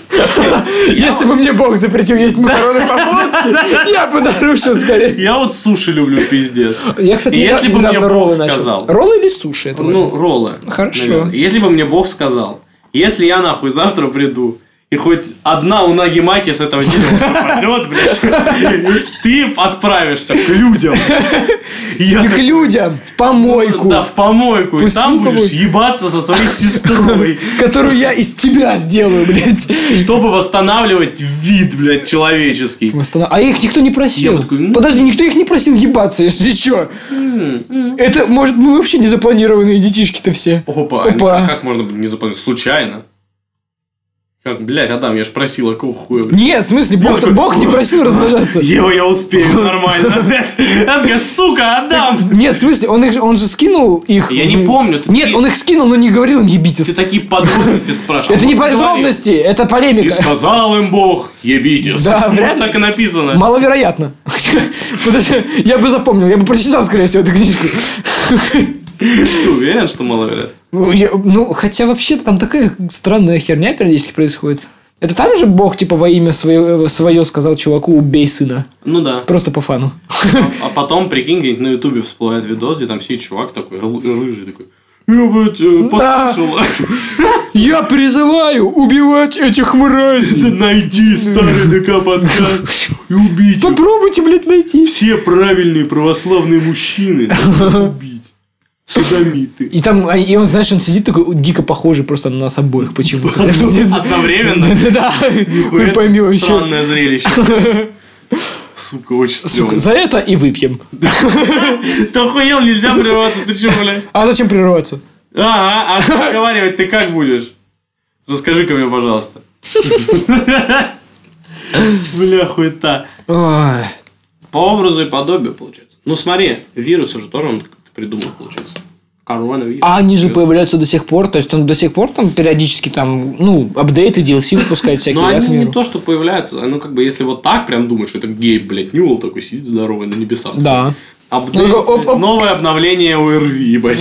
Если бы мне Бог запретил есть макароны по-флотски, я бы нарушил скорее. Я вот суши люблю, пиздец. Я, кстати, если бы мне роллы начал. Роллы или суши? Ну, роллы. Хорошо. Если бы мне Бог сказал, если я нахуй завтра приду, и хоть одна унаги маки с этого дерева попадет, блядь, ты отправишься к людям. Не к людям, в помойку. Да, в помойку. И там будешь ебаться со своей сестрой. Которую я из тебя сделаю, блядь. Чтобы восстанавливать вид, блядь, человеческий. А их никто не просил. Подожди, никто их не просил ебаться, если что. Это, может, мы вообще не запланированные детишки-то все. Опа. Как можно быть не запланированные? Случайно. Как, блядь, Адам, я ж просил, а какого хуя? Нет, в смысле, Бог, такой, Бог не просил размножаться. Ева, я успею нормально, блядь. Она сука, Адам. Нет, в смысле, он, их, он же скинул их. Я не помню. Нет, он их скинул, но не говорил им ебитесь. Ты такие подробности спрашивал. Это не подробности, это полемика. И сказал им Бог, ебитесь. Да, вряд так и написано. Маловероятно. Я бы запомнил, я бы прочитал, скорее всего, эту книжку. Ты уверен, что маловероятно? Ну, я, ну, хотя вообще там такая странная херня периодически происходит. Это там же Бог, типа, во имя свое, свое сказал чуваку, убей сына. Ну да. Просто по фану. А, а потом, прикинь, где-нибудь на ютубе всплывает видос, где там сидит чувак такой, рыжий такой. Я, блядь, послушал. Я призываю убивать этих мразей. Найди старый ДК подкаст и убейте. Попробуйте, блядь, найти. Все правильные православные мужчины убить. Садомиты. И там, и он, знаешь, он сидит такой дико похожий просто на нас обоих почему-то. Одновременно? Да. Мы поймем еще. Странное зрелище. Сука, очень стрёмно. За это и выпьем. Ты охуел, нельзя прерываться, ты чё, блядь? А зачем прерываться? Ага, а разговаривать ты как будешь? Расскажи-ка мне, пожалуйста. Бля, хуета. По образу и подобию, получается. Ну смотри, вирусы же тоже он придумал, получается. Коронавирус. А они же появляются до сих пор, то есть он до сих пор там периодически там, ну, апдейты, ди эл си выпускает всякие. Но они не то, что появляются, ну, как бы, если вот так прям думать, что это Гейб, блядь, Ньюэлл такой сидит здоровый на небесах. Да. Апдейт, новое обновление о эр ви, ебать.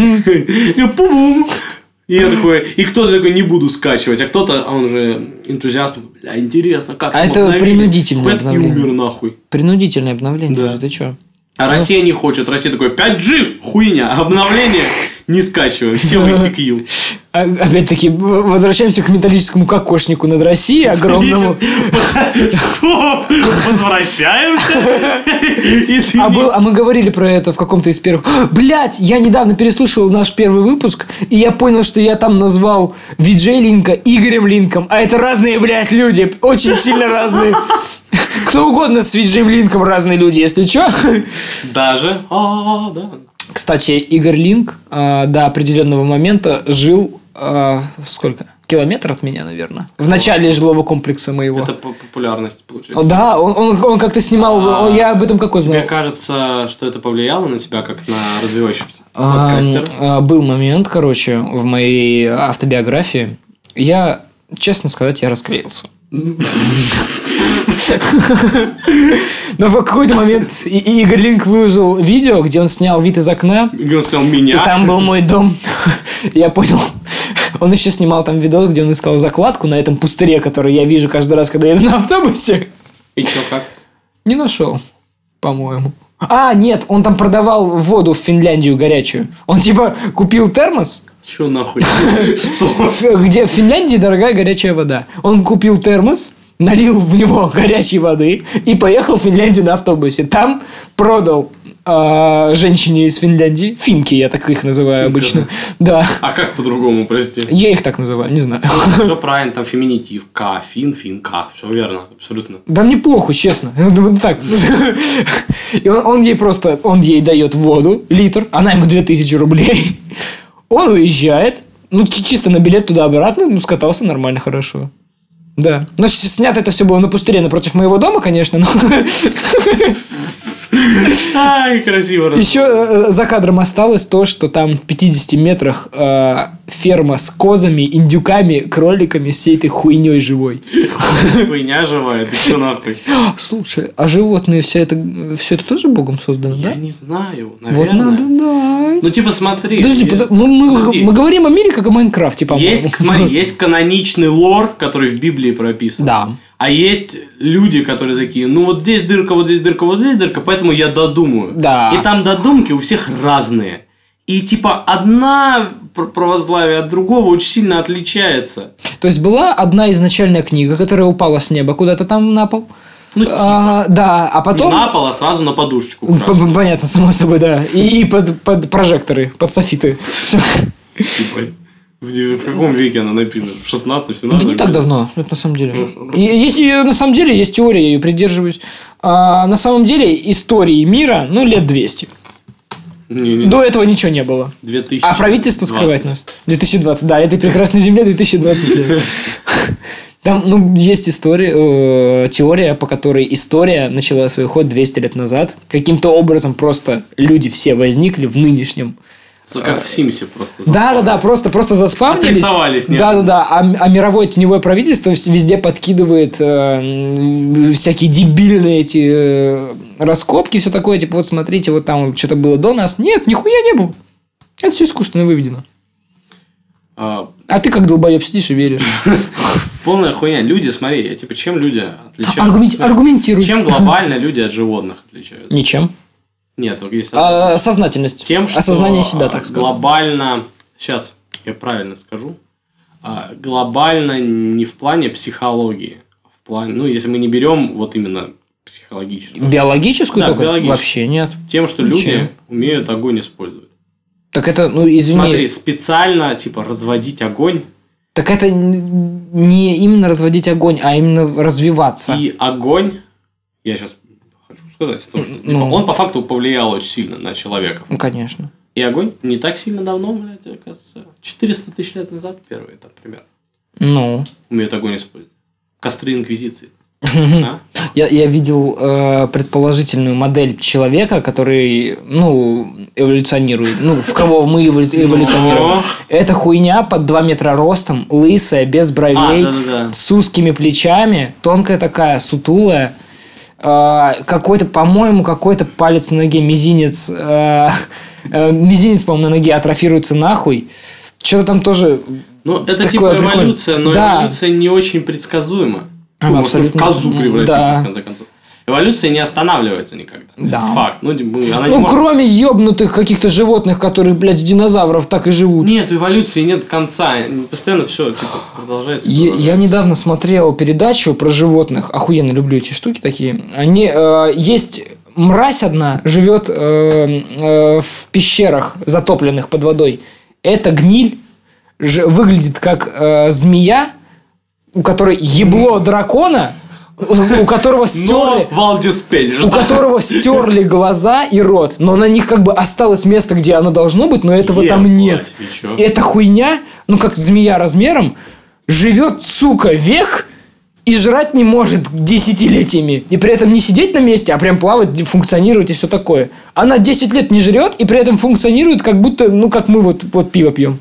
И я такой, и кто-то такой, не буду скачивать, а кто-то, он же энтузиаст, бля, интересно, как. А это принудительное обновление. И умер нахуй. Принудительное обновление же, ты чё? А Россия не хочет. Россия такой, пять джи, хуйня, обновление не скачиваем, все в ай си кью. Опять-таки, возвращаемся к металлическому кокошнику над Россией огромному. Стоп! Возвращаемся? А, был, а мы говорили про это в каком-то из первых... Блять, я недавно переслушал наш первый выпуск, и я понял, что я там назвал Виджей Линка Игорем Линком. А это разные, блядь, люди. Очень сильно разные. Кто угодно с Виджеем Линком разные люди, если что. Даже? А, да. Кстати, Игорь Линк э, до определенного момента жил э, сколько? Километр от меня, наверное. В начале жилого комплекса моего. Это популярность, получается. Да, он, он, он как-то снимал... А, я об этом как узнал. Тебе кажется, что это повлияло на тебя, как на развивающегося подкастера? А, был момент, короче, в моей автобиографии. Я, честно сказать, я расклеился. Но в какой-то момент Игорь Линк выложил видео, где он снял вид из окна. Где он снял меня. И там был мой дом. Я понял. Он еще снимал там видос, где он искал закладку на этом пустыре, который я вижу каждый раз, когда еду на автобусе. И что, как? Не нашел, по-моему. А, нет, он там продавал воду в Финляндию горячую. Он типа купил термос. Че нахуй? Что? Где в Финляндии дорогая горячая вода. Он купил термос, налил в него горячей воды и поехал в Финляндию на автобусе. Там продал э, женщине из Финляндии. Финки, я так их называю Финка, обычно. Да. Да. А как по-другому, прости? Я их так называю, не знаю. Все правильно, там феминитив. К, фин, финка. Все верно, абсолютно. Да мне похуй, честно. Так. И он, он ей просто, он ей дает воду, литр, она ему две тысячи рублей. Он уезжает, ну, чисто на билет туда-обратно, ну, скатался нормально, хорошо. Да. Но снято это все было на пустыре напротив моего дома, конечно, но... Ай, красиво. Еще э, за кадром осталось то, что там в пятидесяти метрах э, ферма с козами, индюками, кроликами, всей этой хуйней живой. Хуйня живая, ты что нахуй? Слушай, а животные, все это, все это тоже Богом создано, да? Я не знаю, наверное. Вот надо, да. Ну, типа, смотри. Подожди, есть... под... мы, мы, мы говорим о мире, как о Майнкрафте, по-моему. Есть, смотри, есть каноничный лор, который в Библии прописан. Да. А есть люди, которые такие, ну вот здесь дырка, вот здесь дырка, вот здесь дырка, поэтому я додумаю. Да. И там додумки у всех разные. И типа одна православие от другого очень сильно отличается. То есть была одна изначальная книга, которая упала с неба куда-то там на пол. Ну, типа. А, да, а потом... Не на пол, а сразу на подушечку. Понятно, само собой, да. И, и под, под прожекторы, под софиты. Типа. В каком веке она написана? В шестнадцатом-семнадцатом? Да не так давно, это на самом деле. Есть, на самом деле есть теория, я ее придерживаюсь. А на самом деле истории мира, ну, лет двести. Не, не. До этого ничего не было. две тысячи А правительство скрывает нас. две тысячи двадцать, да, этой прекрасной земле две тысячи двадцать лет. Там, ну, есть история, э, теория, по которой история начала свой ход двести лет назад. Каким-то образом просто люди все возникли в нынешнем. Как в Симсе просто. Да, да, да, просто, просто заспавнились. Отрисовались, нет? Да, да, да. А, а мировое теневое правительство везде подкидывает э, всякие дебильные эти э, раскопки, все такое. Типа, вот смотрите, вот там что-то было до нас. Нет, нихуя не было. Это все искусственно выведено. А, а ты как долбоеб сидишь и веришь. Полная хуйня. Люди, смотри, типа, чем люди отличаются? Аргументи... Аргументируй. Чем глобально люди от животных отличаются? Ничем. Нет, есть а, сознательность. Тем, что осознание себя, так сказать. Глобально, сейчас я правильно скажу, глобально не в плане психологии, а в плане, ну, если мы не берем вот именно психологическую. Биологическую да, только? Биологическую. Вообще нет. Тем, что Ничем. люди умеют огонь использовать. Так это, ну, извини. Смотри, специально, типа, разводить огонь. Так это не именно разводить огонь, а именно развиваться. И огонь, я сейчас хочу сказать, то, что, типа, ну, он по факту повлиял очень сильно на человека. Ну, конечно. И огонь не так сильно давно, блядь, оказывается, четыреста тысяч лет назад, первый этап, примерно. Ну. Умеют огонь использовать. Костры инквизиции. А? Я, я видел э, предположительную модель человека, который, ну, эволюционирует. Ну, в кого мы эволюционируем. Это хуйня под два метра ростом, лысая, без бровей, а, да, да, да. с узкими плечами, тонкая такая, сутулая. Э, какой-то, по-моему, какой-то палец на ноге, мизинец. Э, э, мизинец, по-моему, на ноге атрофируется нахуй. Что-то там тоже... Ну, это типа эволюция, но да. эволюция не очень предсказуема. А, ну, абсолютно. В козу превратить, да. в конце концов. Эволюция не останавливается никогда. Да. Это факт. Ну, она ну не кроме может... ебнутых каких-то животных, которые, блядь, с динозавров так и живут. Нет, у эволюции нет конца. Постоянно все типа, продолжается, продолжается. Я, я недавно смотрел передачу про животных. Охуенно люблю эти штуки такие. Они э, есть мразь одна, живет э, э, в пещерах, затопленных под водой. Эта гниль ж, выглядит как э, змея, у которой ебло дракона, у которого стерли, у которого стерли глаза и рот, но на них как бы осталось место, где оно должно быть, но этого Е, там нет. Эта хуйня, ну как змея размером, живет, сука, век и жрать не может десятилетиями. И при этом не сидеть на месте, а прям плавать, функционировать и все такое. Она десять лет не жрет и при этом функционирует, как будто, ну как мы вот, вот пиво пьем.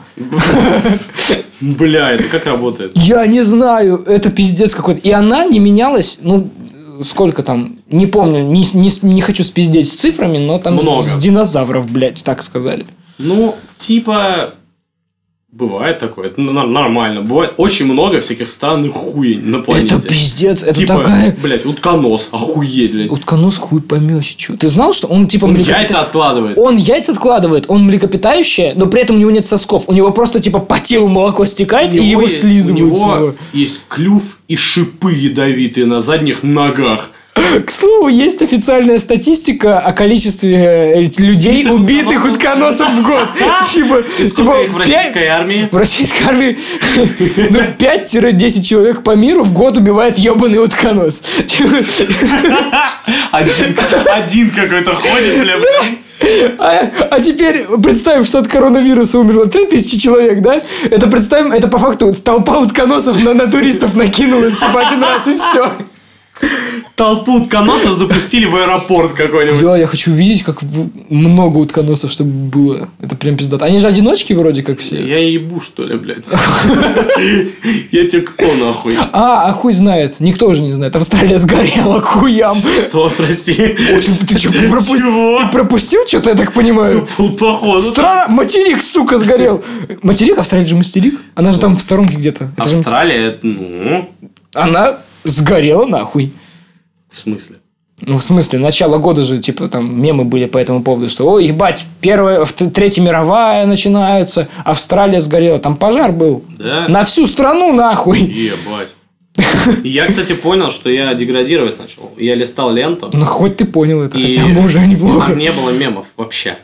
Бля, это как работает? Я не знаю, это пиздец какой-то. И она не менялась, ну, сколько там, не помню, не, не, не хочу спиздеть с цифрами, но там Много. с, с динозавров, блядь, так сказали. Ну, типа, бывает такое, это нормально. Бывает очень много всяких странных хуй на планете. Это пиздец, это типа, такая... блядь, утконос, охуеть, блядь. Утконос хуй поймешь, что. Ты знал, что он типа... Он млекопит... яйца откладывает. Он яйца откладывает, он млекопитающее, но при этом у него нет сосков. У него просто типа по телу молоко стекает, и его есть, слизывают. У него есть клюв и шипы ядовитые на задних ногах. К слову, есть официальная статистика о количестве людей, убитых утконосом в год. Типа, сколько их в российской армии? В российской армии пять-десять человек по миру в год убивает ебаный утконос. Один какой-то ходит, бля. А, а теперь представим, что от коронавируса умерло три тысячи человек, да? Это представим, это по факту толпа утконосов на, на туристов накинулась, типа, один раз, и все. Толпу утконосов запустили в аэропорт какой-нибудь. Я, я хочу видеть, как в... много утконосов, чтобы было. Это прям пиздато. Они же одиночки вроде как все. Я ебу, что ли, блядь. Я тебе кто, нахуй? А, а хуй знает. Никто же не знает. Австралия сгорела, хуям. Что, прости? Ты что, ты пропустил что-то, я так понимаю? Походу. Страна, материк, сука, сгорел. Материк? Австралия же материк? Она же там в сторонке где-то. Австралия, ну... Она... Сгорела нахуй. В смысле? Ну, в смысле, начало года же, типа, там, мемы были по этому поводу, что, ой, ебать, первая, Третья мировая начинается, Австралия сгорела, там пожар был. Да? На всю страну, нахуй. Ебать. Я, кстати, понял, что я деградировать начал. Я листал ленту. Ну, хоть ты понял это, хотя бы уже неплохо. Там не было мемов вообще.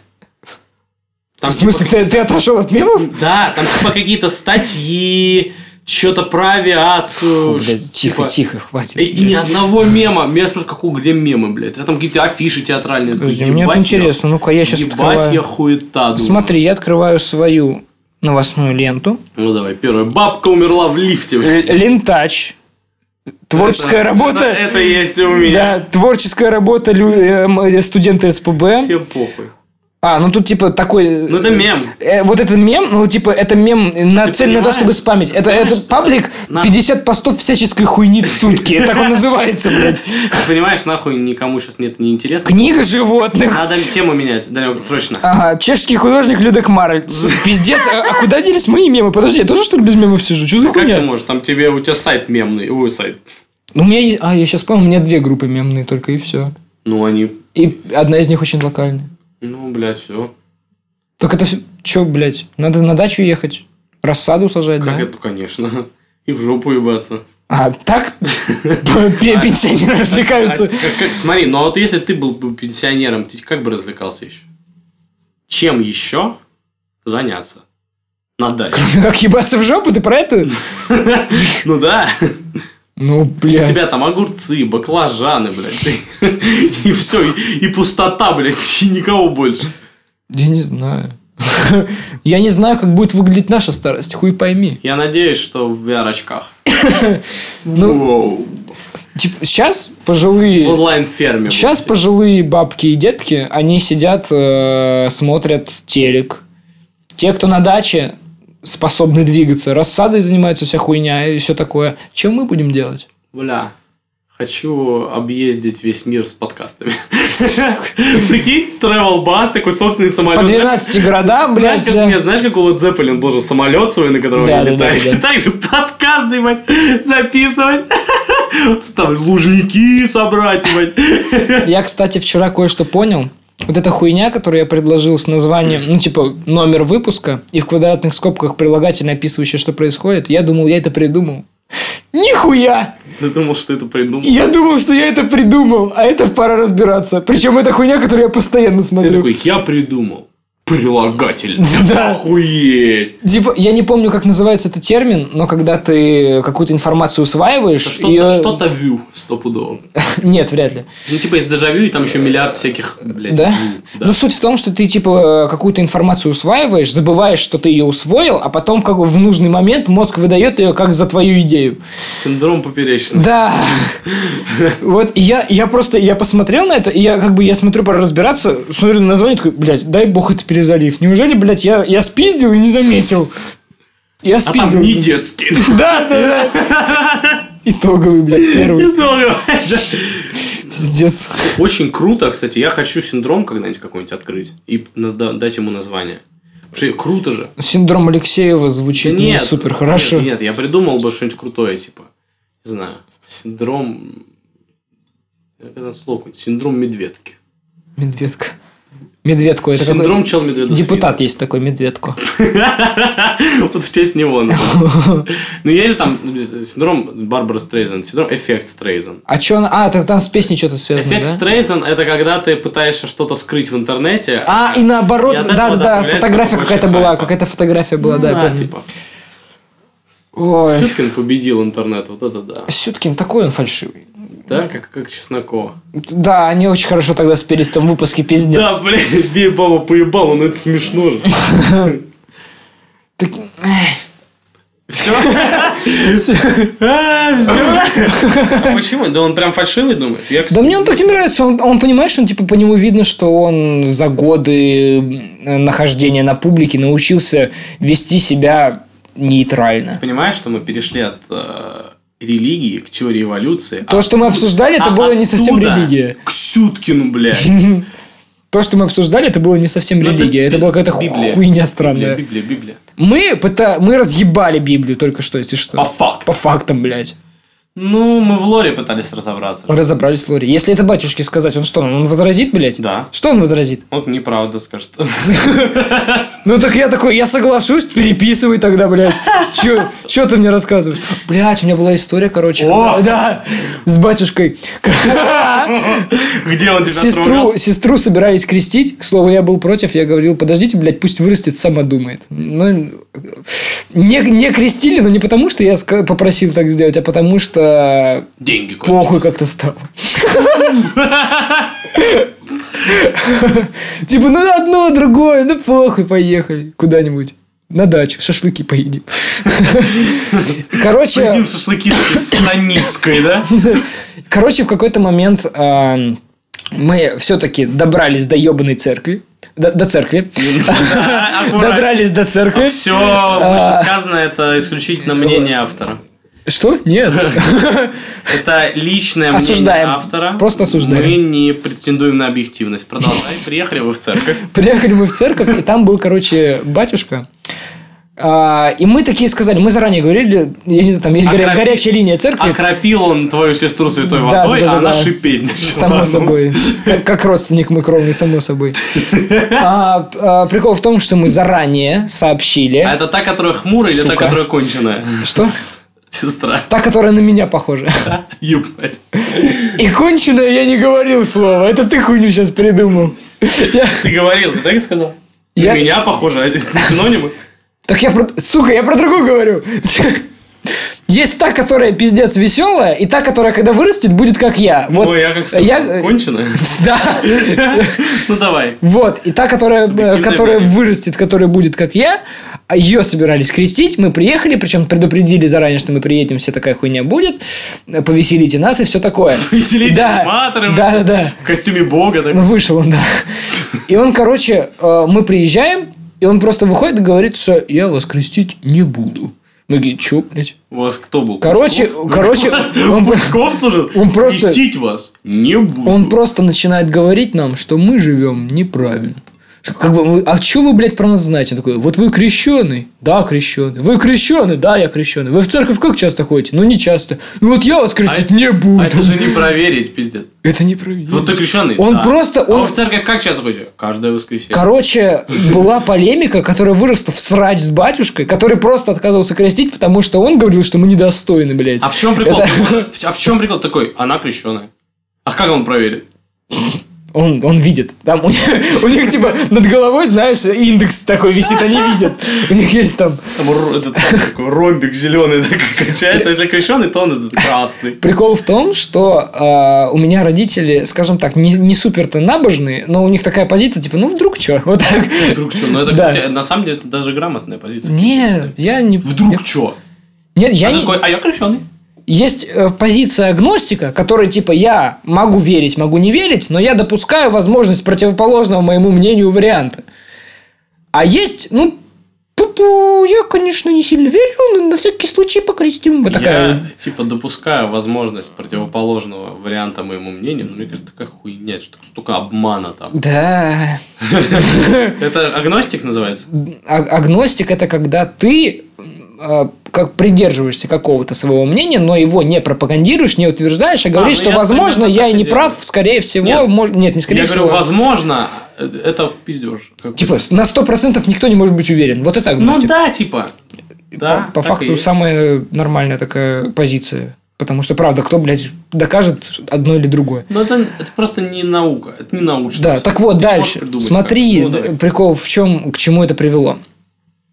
Там, в смысле, типа... ты, ты отошел от мемов? Да, там типа какие-то статьи... Что-то про авиацию. Фу, блядь, тихо, типа... тихо, хватит. И, и ни одного мема. Меня спрашивают, какого, где мемы, блядь? А там какие-то афиши театральные. Подожди, мне это интересно. Я... Ну-ка, я сейчас ебать открываю. Я хуета, думаю. Смотри, я открываю свою новостную ленту. Ну, давай, первая. Бабка умерла в лифте. Лентач. Творческая это, работа. Это, это есть у меня. Да, творческая работа студента СПб. Всем похуй. А, ну тут типа такой... Ну это мем. Э, вот этот мем, ну типа это мем нацелен на то, чтобы спамить. Это, это паблик пятьдесят постов всяческой хуйни в сутки. Так он называется, блядь. Ты понимаешь, нахуй никому сейчас нет не интересно. Книга животных. Надо тему менять, Данил, срочно. Ага, чешский художник Людек Марль. Пиздец, а куда делись мои мемы? Подожди, я тоже что ли без мемов сижу? Что за хуйня? Как ты можешь? Там тебе, у тебя сайт мемный. Ой, сайт. Ну у меня есть... А, я сейчас понял, у меня две группы мемные только, и все. Ну они... И одна из них очень локальная. Ну, блядь, все. Так это что, блядь, надо на дачу ехать, рассаду сажать, как да? Как это, конечно. И в жопу ебаться. А, так пенсионеры развлекаются. Смотри, ну а вот если ты был пенсионером, ты как бы развлекался еще? Чем еще заняться? На даче. Кроме как ебаться в жопу, ты про это? Ну да. Ну, блядь. У тебя там огурцы, баклажаны, блядь. И все, и пустота, блядь, и никого больше. Я не знаю. Я не знаю, как будет выглядеть наша старость, хуй пойми. Я надеюсь, что в ви ар-очках. Ну, типа, сейчас пожилые... В онлайн-ферме. Сейчас пожилые бабки и детки, они сидят, смотрят телек. Те, кто на даче... способны двигаться, рассадой занимаются, вся хуйня и все такое. Чем мы будем делать? Бля, хочу объездить весь мир с подкастами. Прикинь, travel bus, такой собственный самолет. По двенадцати городам, блядь. Нет, знаешь, как у Led Zeppelin был же самолет свой, на котором они летали? Также подкасты, ебать, записывать. Ставить лужники собрать, ебать. Я, кстати, вчера кое-что понял. Вот эта хуйня, которую я предложил с названием, ну, типа, номер выпуска и в квадратных скобках прилагательное, описывающее, что происходит, я думал, я это придумал. Нихуя! Ты думал, что это придумал? Я думал, что я это придумал, а это пора разбираться. Причем это хуйня, которую я постоянно смотрю. Ты такой, я придумал. Прилагательное. Да. Охуеть. Типа, я не помню, как называется этот термин, но когда ты какую-то информацию усваиваешь... Что-то, ее... что-то вью стопудово. Нет, вряд ли. Ну, типа, есть дежавю, и там еще миллиард всяких, блядь, да? да? Ну, суть в том, что ты, типа, какую-то информацию усваиваешь, забываешь, что ты ее усвоил, а потом как бы в нужный момент мозг выдает ее как за твою идею. Синдром поперечного. Да. Вот я, я просто, я посмотрел на это, и я как бы, я смотрю, пора разбираться, смотрю на название, такой, блядь, дай бог это перезалив. Неужели, блядь, я, я спиздил и не заметил? Я спиздил. А там не детский. Да, да, да. Итоговый, блядь, первый. Итоговый. Пиздец. Очень круто, кстати. Я хочу синдром когда-нибудь какой-нибудь открыть и дать ему название. Потому что круто же. Синдром Алексеева звучит да нет, не супер хорошо. Нет, нет, я придумал бы что-нибудь крутое, типа. Не знаю. Синдром... Это слово. Синдром медведки. Медведка. Медведку. Это синдром чел медведя. Депутат есть такой, Медведку. Вот в честь него. Ну, есть же там синдром Барбара Стрейзен, синдром эффект Стрейзен. А что? А, там с песней что-то связано, эффект Стрейзен – это когда ты пытаешься что-то скрыть в интернете. А, и наоборот, да-да-да, фотография какая-то была, какая-то фотография была, да, я помню. Ой. Сюткин победил интернет, вот это да. Сюткин такой он фальшивый. Да, как, как Чеснокова. Да, они очень хорошо тогда спелись в том выпуске, пиздец. Да, блядь, бей баба поебал, ну это смешно же. Так... Все? Все? Почему? Да он прям фальшивый, думаешь? Да мне он так не нравится. Он, он понимаешь, он типа по нему видно, что он за годы нахождения на публике научился вести себя нейтрально. Понимаешь, что мы перешли от э, религии к теории эволюции? То, а что мы обсуждали, это а было не совсем религия. К Сюткину, блядь. То, что мы обсуждали, это было не совсем Но религия. Это, это была какая-то Библия. хуйня странная. Библия, Библия, Библия. Мы, пыта... мы разъебали Библию только что, если что. По факту. По фактам, блядь. Ну, мы в лоре пытались разобраться. Разобрались в лоре. Если это батюшке сказать, он что, он возразит, блядь? Да. Что он возразит? Он неправда скажет. Ну, так я такой, я соглашусь, переписывай тогда, блядь. Че ты мне рассказываешь? Блядь, у меня была история, короче. Да, с батюшкой. Где он тебя сестру, трогал? Сестру собирались крестить. К слову, я был против. Я говорил, подождите, блядь, пусть вырастет, сама думает. Ну, не, не крестили, но не потому, что я попросил так сделать, а потому, что деньги похуй как-то стало. Типа, ну одно, другое, ну похуй, поехали куда-нибудь. На дачу, шашлыки поедим. Короче... Поедим шашлыки с сатанисткой, да? Короче, в какой-то момент мы все-таки добрались до ебаной церкви. До, до церкви. Добрались до церкви. Все вышесказанное это исключительно мнение автора. Что? Нет. Это личное осуждаем. мнение автора. Просто осуждаем. Мы не претендуем на объективность. Продолжай. Приехали вы в церковь. Приехали мы в церковь, и там был, короче, батюшка. А, и мы такие сказали, мы заранее говорили, я не знаю, там есть Окропи... горячая линия церкви. Окропил он твою сестру святой да, водой, да, да, а она да. шипеть начала. Само собой. Как, как родственник мы кровный, само собой. А, а, прикол в том, что мы заранее сообщили. А это та, которая хмурая, или та, которая конченая? Что? Сестра. Та, которая на меня похожа. Ебать. И конченая я не говорил слова. Это ты хуйню сейчас придумал. Я... Ты говорил, ты так и сказал? Я... На меня похожа, это синонимы. Так я про... Сука, я про другую говорю. Есть та, которая пиздец веселая, и та, которая, когда вырастет, будет как я. Вот Ой, я как сказал, я... конченая? Да. Ну, давай. Вот. И та, которая, которая вырастет, которая будет как я, ее собирались крестить, мы приехали, причем предупредили заранее, что мы приедем, вся такая хуйня будет, повеселите нас и все такое. Повеселите да. аниматором, да, да, да. В костюме бога. Так. Вышел он, да. И он, короче, мы приезжаем, и он просто выходит и говорит, что я вас крестить не буду. Мы говорим, чё, блядь? У вас кто был? Короче, Пушков? короче, он, Пушков служил? Он просто... Крестить вас не буду. Он просто начинает говорить нам, что мы живем неправильно. Как бы, мы, а что вы, блядь, про нас знаете? Он такой, вот вы крещеный? Да, крещеный. Вы крещеный? Да, я крещеный. Вы в церковь как часто ходите? Ну, не часто. Ну, вот я вас крестить а не буду. А это же не проверить, пиздец. Это не проверить. Вот ты крещеный? Он да. просто... Он... А вы в церковь как часто ходите? Каждое воскресенье. Короче, была полемика, которая выросла в срач с батюшкой, который просто отказывался крестить, потому что он говорил, что мы недостойны, блядь. А в чем прикол? Это... А в чем прикол такой? Она крещеная. А как он проверит? Он, он видит. Там у них, у них, типа, над головой, знаешь, индекс такой висит, они видят. У них есть там... Там этот такой ромбик зеленый качается. Если крещеный, то он этот красный. Прикол в том, что э, у меня родители, скажем так, не, не супер-то набожные, но у них такая позиция, типа, ну, вдруг что? Вот так. Вдруг что? Ну, это, да. Кстати, на самом деле, это даже грамотная позиция. Нет, я не... Вдруг я... что? Нет, я а не... Такой, а я крещеный. Есть э, позиция агностика, которая типа я могу верить, могу не верить, но я допускаю возможность противоположного моему мнению варианта. А есть, ну, пу-пу, я, конечно, не сильно верю, но на всякий случай покрестим. Вот такая... Я, типа, допускаю возможность противоположного варианта моему мнению, но мне кажется, такая хуйня, что столько обмана там. Да. Это агностик называется? Агностик – это когда ты... как придерживаешься какого-то своего мнения, но его не пропагандируешь, не утверждаешь, а говоришь, а, что, возможно, я и не прав, скорее всего, нет, мож... нет не скорее я всего. Я говорю, возможно, это пиздеж. Типа, на сто процентов никто не может быть уверен. Вот это агностик. Ну да, типа. Да, по по факту самая нормальная такая позиция. Потому что, правда, кто, блядь, докажет одно или другое. Ну, это, это просто не наука, это не научно. Да, так вот, дальше. Смотри, ну, прикол в чем, к чему это привело.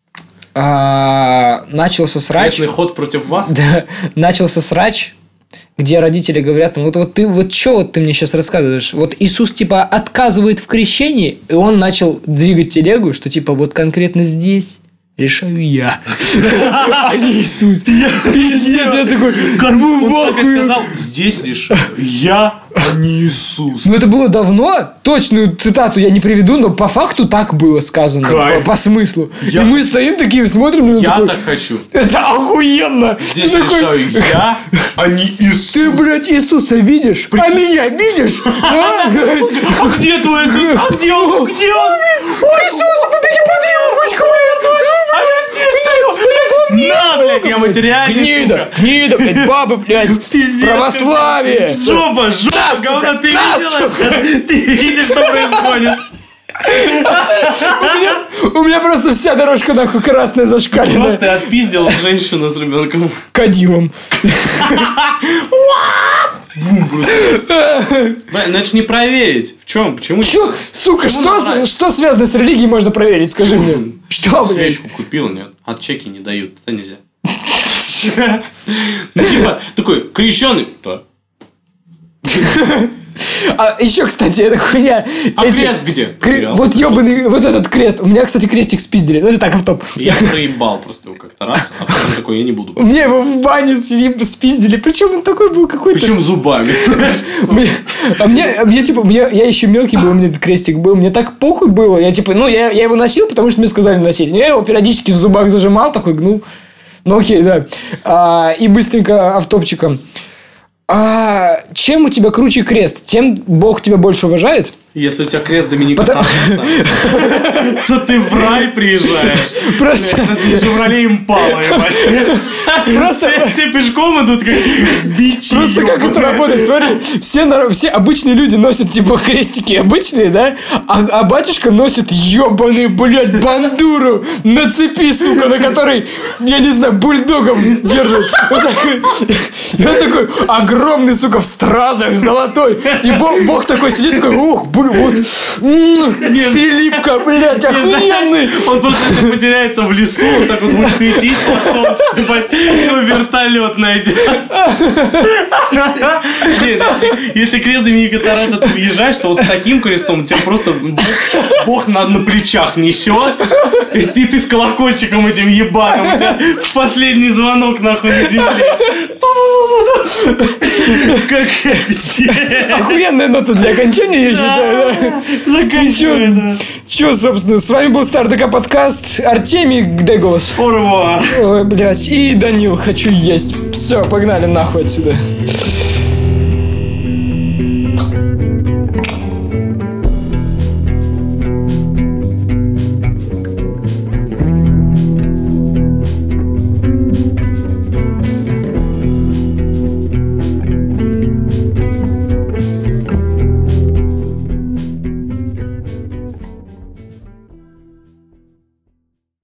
А, начался срач. Крестный ход против вас? Да, начался срач. где родители говорят, ну вот, вот ты, вот что вот ты мне сейчас рассказываешь? Вот Иисус, типа, отказывает в крещении, и он начал двигать телегу, что, типа, вот конкретно здесь решаю я. А не Иисус. Пиздец, я такой, корму вахую. сказал, здесь решаю я, а не Иисус. Ну, это было давно. Точную цитату я не приведу, но по факту так было сказано. По, по смыслу. Я... И мы стоим такие, смотрим. Я такой, так хочу. Это охуенно. Здесь ты решаю такой... я, а не Иисус. Ты, блядь, Иисуса видишь? Почему? А меня видишь? А где твой Иисус? А где он? Где он? О, Иисус, побеги под юбочку. А я здесь стою. На, блядь, я материальный. Гнида, гнида, блядь, бабы, блядь. Пиздец. Православие. Жопа, жопа, говно, ты видела? Ты видишь, что происходит? У меня, у меня просто вся дорожка нахуй красная зашкаленная. Просто отпиздил женщину с ребенком. Кадилом. Значит, не проверить. В чем? Почему? Чё? Сука, что, что связано с религией, можно проверить, скажи мне. Что, блядь? Свечку купил, нет? От чеки не дают, это нельзя. Ну, типа, такой, крещеный. Да. А еще, кстати, эта хуйня. А эти... крест где? Кре... Вот ебаный, вот этот крест. У меня, кстати, крестик спиздили. Ну, это так, автоп. Я проебал просто его как-то раз, а потом такой, я не буду. Мне его в бане спиздили. Причем он такой был какой-то... Причем зубами. А мне, мне, типа, мне, я еще мелкий был, у меня этот крестик был. Мне так похуй было. Я, типа, ну, я, я его носил, потому что мне сказали носить. Я его периодически в зубах зажимал, такой гнул. Ну, окей, да. А, и быстренько автопчиком. А чем у тебя круче крест? Тем Бог тебя больше уважает? Если у тебя крест Доминика Потому... то ты в рай приезжаешь. Просто... Шевроле Импала, ебать. Просто... Все пешком идут, как бичи. Просто как это работает? Смотри, все, все обычные люди носят, типа, крестики обычные, да? А, а батюшка носит ебаный, блядь, бандуру на цепи, сука, на которой, я не знаю, бульдогов держит. Он такой, он такой огромный, сука, в стразах, золотой. И Бог, Бог такой сидит, такой, ух, блядь, вот, Филиппка, блядь, охуенный. Он просто потеряется в лесу, вот так вот будет светить по солнцу, его вертолет найдет. Если крест Доминика Торетто ты въезжаешь, то вот с таким крестом тебя просто Бог на, на плечах несет, и ты, ты с колокольчиком этим ебаным, у тебя последний звонок нахуй на земле. Какая пиздец. Охуенная нота для окончания, я считаю. Заканчивай. Че, собственно, с вами был Стар ДК подкаст. Артемий Гдеголос. Урва. Ой, блядь. И Данил, хочу есть. Все, погнали нахуй отсюда.